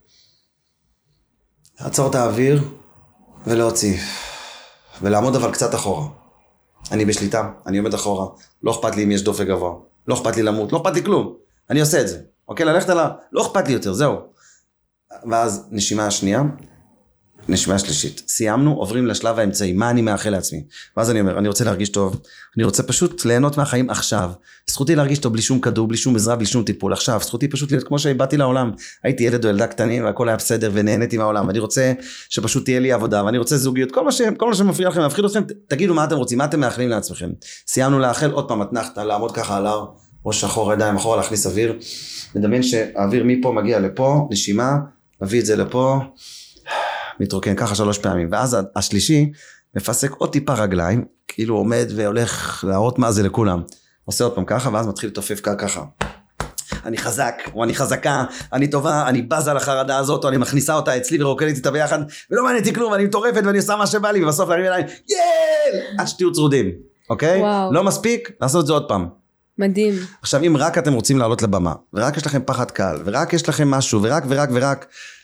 לעצור את האוויר, ולהוציא. ולעמוד אבל קצת אחורה. אני בשליטה, אני עומד אחורה, לא אכפת לי אם יש דופק גבוה, לא אכפת לי למות, לא אכפת לי כלום, אני עושה את זה. אוקיי, ללכת עליו, לא אכפת לי יותר, זהו. ואז נשימה השנייה, נשימה שלישית, סיימנו, עוברים לשלב האמצעי, מה אני מאחל לעצמי? ואז אני אומר, אני רוצה להרגיש טוב, אני רוצה פשוט ליהנות מהחיים עכשיו, זכותי להרגיש טוב בלי שום כדור, בלי שום עזרה, בלי שום טיפול, עכשיו, זכותי פשוט להיות כמו שבאתי לעולם, הייתי ילד או ילדה קטנים והכל היה בסדר ונהניתי מהעולם, ואני רוצה שפשוט תהיה לי עבודה, ואני רוצה זוגיות, כל מה שמפריע לכם, מפחיד אתכם, תגידו מה אתם רוצים, מה אתם מאחלים לעצמכם. סיימנו לאחל, עוד פעם אתנחתה, לעמוד ככה על הר, ראש שחור, ידיים אחורה, להכניס אוויר, מדמיין שהאוויר מפה מגיע לפה, נשימה, מביא את זה לפה, מתרוקן ככה 3 פעמים, ואז השלישי מפסק עוד טיפה רגליים, כאילו עומד והולך להראות מה זה לכולם, עושה עוד פעם ככה, ואז מתחיל לתופף ככה, אני חזק, או אני חזקה, אני טובה, אני בזה על החרדה הזאת, או אני מכניסה אותה אצלי ורוקדת איתה ביחד, ולא מעניין אותי כלום, אני מטורפת ואני עושה מה שבא לי, ובסוף להרים ידיים, עד שתהיו צרודים, אוקיי? וואו. לא מספיק, לעשות את זה עוד פעם. מדהים. עכשיו, אם רק אתם רוצים לעלות לבמה, ורק יש לכם פחד קל, ורק יש לכם משהו, ורק,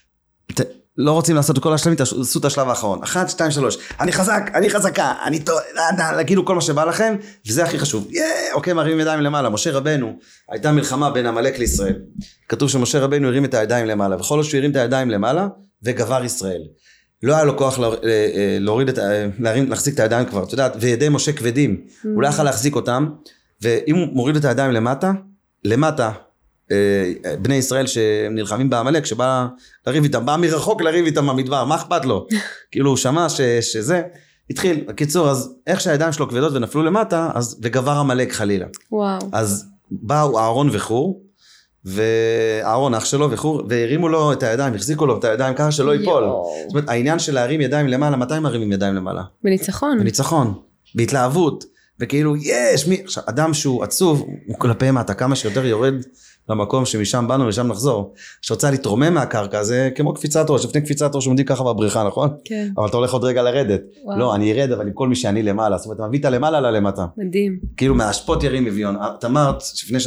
לא רוצים לעשות את כל השלבים, תעשו את השלב האחרון. 1, 2, 3. אני חזק, אני חזקה, אני טוב, כאילו כל מה שבא לכם, וזה הכי חשוב. אוקיי, מרימים ידיים למעלה. משה רבנו, הייתה מלחמה בין עמלק לישראל. כתוב שמשה רבנו הרים את הידיים למעלה, וכל עוד שהוא הרים את הידיים למעלה, וגבר ישראל. לא היה לו כוח להחזיק את הידיים כבר, אתה יודעת, וידי משה כבדים, הוא לא יכול להחזיק אותם, ואם הוא מוריד את הידיים למטה, בני ישראל שנלחמים בעמלק, שבא לריב איתם, בא מרחוק לריב איתם במדבר, מה אכפת לו? כאילו הוא שמע שזה, התחיל, בקיצור, אז איך שהידיים שלו כבדות ונפלו למטה, וגבר עמלק חלילה. וואו. אז באו אהרון וחור, ואהרון אח שלו וחור, והרימו לו את הידיים, החזיקו לו את הידיים ככה שלא ייפול. זאת אומרת, העניין של להרים ידיים למעלה, מתי מרימים ידיים למעלה? בניצחון, בהתלהבות, וכאילו עכשיו, אדם שהוא עצוב, הוא כלפי מטה, כמה שיותר יורד למקום שמשם באנו ושם נחזור. שרוצה להתרומם מהקרקע, זה כמו קפיצת ראש, לפני קפיצת ראש עומדים ככה בבריכה, נכון? כן. אבל אתה הולך עוד רגע לרדת. וואו. לא, אני ארד, אבל עם כל מי שאני למעלה, זאת אומרת, אתה מביא את הלמעלה ללמטה. מדהים. כאילו מהשפות ירים אביון. את אמרת, לפני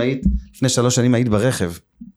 3 שנים היית ברכב,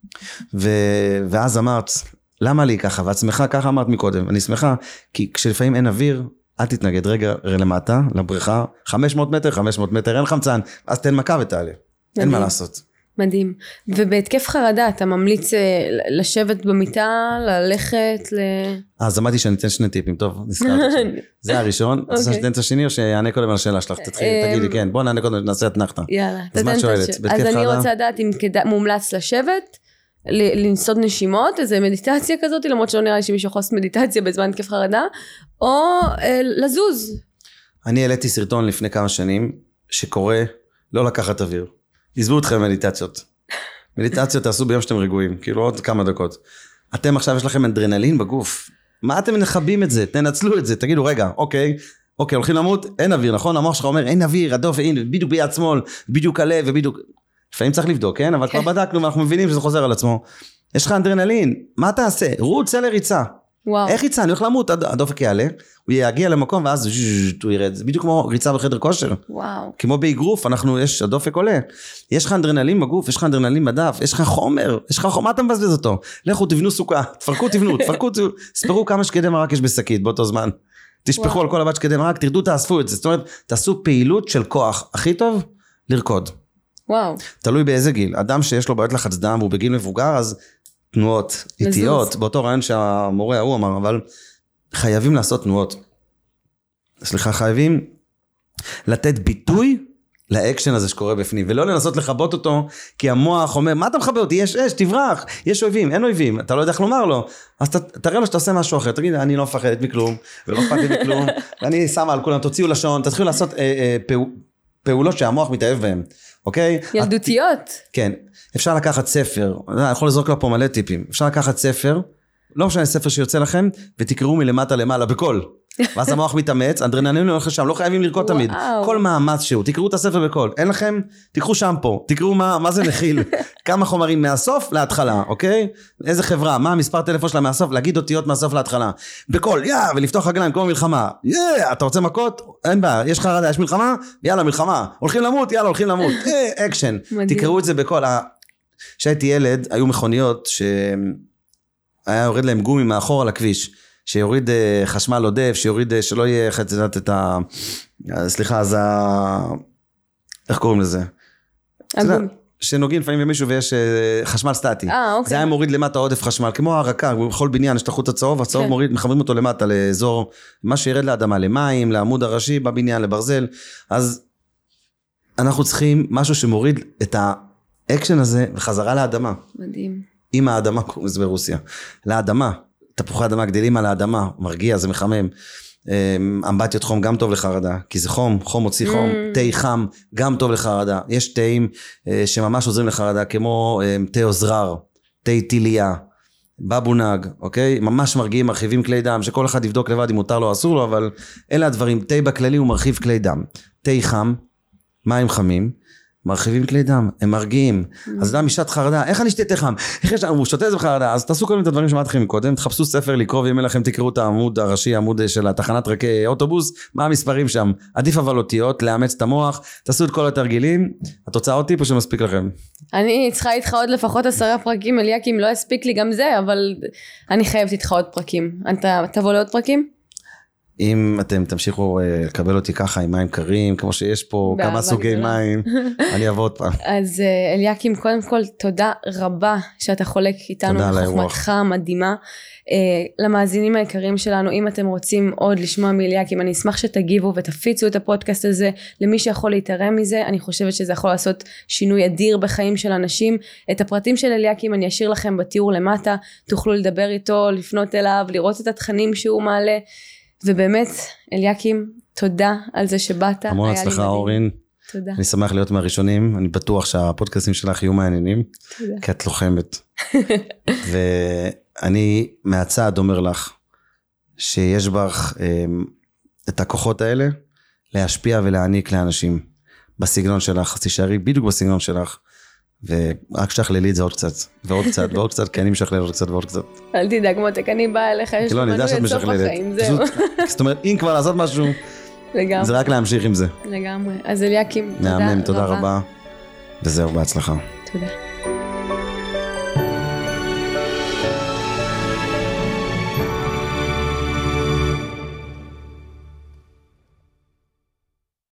ואז אמרת, למה לי ככה? ואת שמחה, ככה אמרת מקודם, אני שמחה, כי כשלפעמים אין אוויר, אל תתנגד רגע למטה, לבריכה, 500 מטר, אין חמצן, אז תן מכה ותעלה. אין מה לעשות. מדהים. ובהתקף חרדה, אתה ממליץ לשבת במיטה, ללכת אז אמרתי שאני אתן 2 טיפים, טוב, נזכרת. זה הראשון, אתה רוצה שתתן את השני או שיענה קודם על השאלה שלך? תגידי, כן, בוא נענה קודם, נעשה אתנחתה. יאללה, אז מה את שואלת? אז אני רוצה לדעת אם מומלץ לשבת, לנסות נשימות, איזה מדיטציה כזאת, למרות שלא נראה לי שמישהו יכול לעשות מדיטציה בזמן התקף חרדה, או לזוז. אני העליתי סרטון לפני כמה שנים, שקורא לא לקחת אוויר. עזבו אתכם מדיטציות. מדיטציות תעשו ביום שאתם רגועים, כאילו עוד כמה דקות. אתם עכשיו יש לכם אדרנלין בגוף. מה אתם נחבים את זה? תנצלו את זה, תגידו רגע, אוקיי, הולכים למות, אין אוויר, נכון? המוח שלך אומר, אין אוויר, הדופק, הנה, בדיוק ביד שמאל, בדיוק הלב ובדיוק... לפעמים צריך לבדוק, כן? אבל כבר בדקנו ואנחנו מבינים שזה חוזר על עצמו. יש לך אדרנלין, מה תעשה? רוץ לריצה. וואו. איך ריצה? אני הולך למות, הדופק יעלה, הוא יגיע למקום ואז הוא ירד. זה בדיוק כמו ריצה בחדר כושר. וואו. כמו באגרוף, הדופק עולה. יש לך אדרנלין בגוף, יש לך אדרנלין בדף, יש לך חומר, מה אתה מבזבז אותו? לכו תבנו סוכה, תפרקו, ספרו כמה שקדי מרק יש בשקית באותו זמן. תשפכו על כל הבת שקדי מרק, תרדו, תאספו את זה. זאת אומרת, תעשו פעילות של כוח. הכי טוב, לרקוד. וואו. תלוי באיזה גיל. אדם שיש לו בעיות לחץ דם, והוא בגיל מבוגר, אז תנועות איטיות, באותו רעיון שהמורה הוא אמר, אבל חייבים לעשות תנועות. חייבים לתת ביטוי לאקשן הזה שקורה בפנים, ולא לנסות לחבות אותו, כי המוח אומר, מה אתה מחבא אותי? יש אש, תברח, יש אויבים, אין אויבים, אתה לא יודע איך לומר לו, אז תראה לו שאתה עושה משהו אחר, תגיד, אני לא מפחדת מכלום, ולא מפחדת מכלום, ואני שמה על כולם, תוציאו לשון, תתחילו לעשות פעולות שהמוח מתאהב בהם, אוקיי? ילדותיות. כן, אפשר לקחת ספר, אני יכול לזרוק לו פה מלא טיפים, אפשר לקחת ספר, לא משנה ספר שיוצא לכם, ותקראו מלמטה למעלה בקול. ואז המוח מתאמץ, אדרנלין הולך לשם, לא חייבים לרקוד תמיד. כל מאמץ שהוא, תקראו את הספר בקול. אין לכם, תקראו שמפו, תקראו מה זה מכיל. כמה חומרים מהסוף להתחלה, אוקיי? איזה חברה, מה המספר טלפון שלה מהסוף, להגיד אותיות מהסוף להתחלה. בקול, ולפתוח רגליים כמו מלחמה. אתה רוצה מכות? אין בעיה, יש חרדה, יש מלחמה? יאללה, מלחמה. הולכים למות? יאללה, הולכים למות. אקשן. תקראו את זה בקול. כשהייתי ילד, היו מכוניות שהיה יורד להם גומי מאחור על הכביש. שיוריד חשמל עודף, שיוריד, שלא יהיה חצדת את סליחה, אז איך קוראים לזה? שנוגעים לפעמים במישהו ויש חשמל סטטי. אוקיי. זה היה מוריד למטה עודף חשמל, כמו הרקה, בכל בניין יש את החוט הצהוב, הצהוב מוריד, מחברים אותו למטה לאזור, מה שירד לאדמה, למים, לעמוד הראשי בבניין, לברזל, אז אנחנו צריכים משהו שמוריד את האקשן הזה בחזרה לאדמה. מדהים. עם האדמה, זה ברוסיה, לאדמה, תפוחי אדמה גדלים על האדמה, מרגיע, זה מחמם, אמבטיות חום גם טוב לחרדה, כי זה חום, חום מוציא חום, תה חם גם טוב לחרדה, יש תאים שממש עוזרים לחרדה, כמו תה עוזרר, תה טיליה, בבונג, אוקיי? ממש מרגיעים, מרחיבים כלי דם, שכל אחד יבדוק לבד אם מותר לו או אסור לו, אבל אלה הדברים, תה בכללי הוא מרחיב כלי דם, תה חם, מים חמים, מרחיבים כלי דם, הם מרגיעים, אז אדם משעת חרדה, איך אני שתה תה חם? הוא שותה איזה בחרדה, אז תעשו כל מיני את הדברים שמעת לכם מקודם, תחפשו ספר לקרוא, ואם לכם תקראו את העמוד הראשי, העמוד של התחנת אוטובוס, מה המספרים שם, עדיף אבל אותיות, לאמץ את המוח, תעשו את כל התרגילים, התוצאה אותי פה שמספיק לכם. אני צריכה איתך עוד לפחות 10 פרקים, אליקים, לא הספיק לי גם זה, אבל אני חייבת איתך עוד פרקים, אתה תבוא לעוד פרקים? אם אתם תמשיכו לקבל אותי ככה עם מים קרים, כמו שיש פה כמה סוגי מים, אני אבוא עוד פעם. אז אליקים, קודם כל תודה רבה שאתה חולק איתנו בחוכמתך המדהימה. למאזינים היקרים שלנו, אם אתם רוצים עוד לשמוע מאליקים, אני אשמח שתגיבו ותפיצו את הפודקאסט הזה למי שיכול להתערם מזה. אני חושבת שזה יכול לעשות שינוי אדיר בחיים של אנשים. את הפרטים של אליקים אני אשאיר לכם בתיאור למטה, תוכלו לדבר איתו, לפנות אליו, לראות את התכנים שהוא מעלה. ובאמת, אליקים, תודה על זה שבאת. המון הצלחה אורין. תודה. אני שמח להיות מהראשונים, אני בטוח שהפודקאסטים שלך יהיו מעניינים. תודה. כי את לוחמת. ואני מהצד אומר לך, שיש בך את הכוחות האלה, להשפיע ולהעניק לאנשים, בסגנון שלך, אז תישארי בדיוק בסגנון שלך, ורק שכללי את זה עוד קצת, ועוד קצת, ועוד קצת, כי אני משכלל עוד קצת ועוד קצת. אל תדאג מותק, אני באה אליך, יש לא, אני יודע שאת משכללת. זאת אומרת, אם כבר לעשות משהו, זה רק להמשיך עם זה. לגמרי. אז אליקים, תודה רבה. וזהו, בהצלחה. תודה.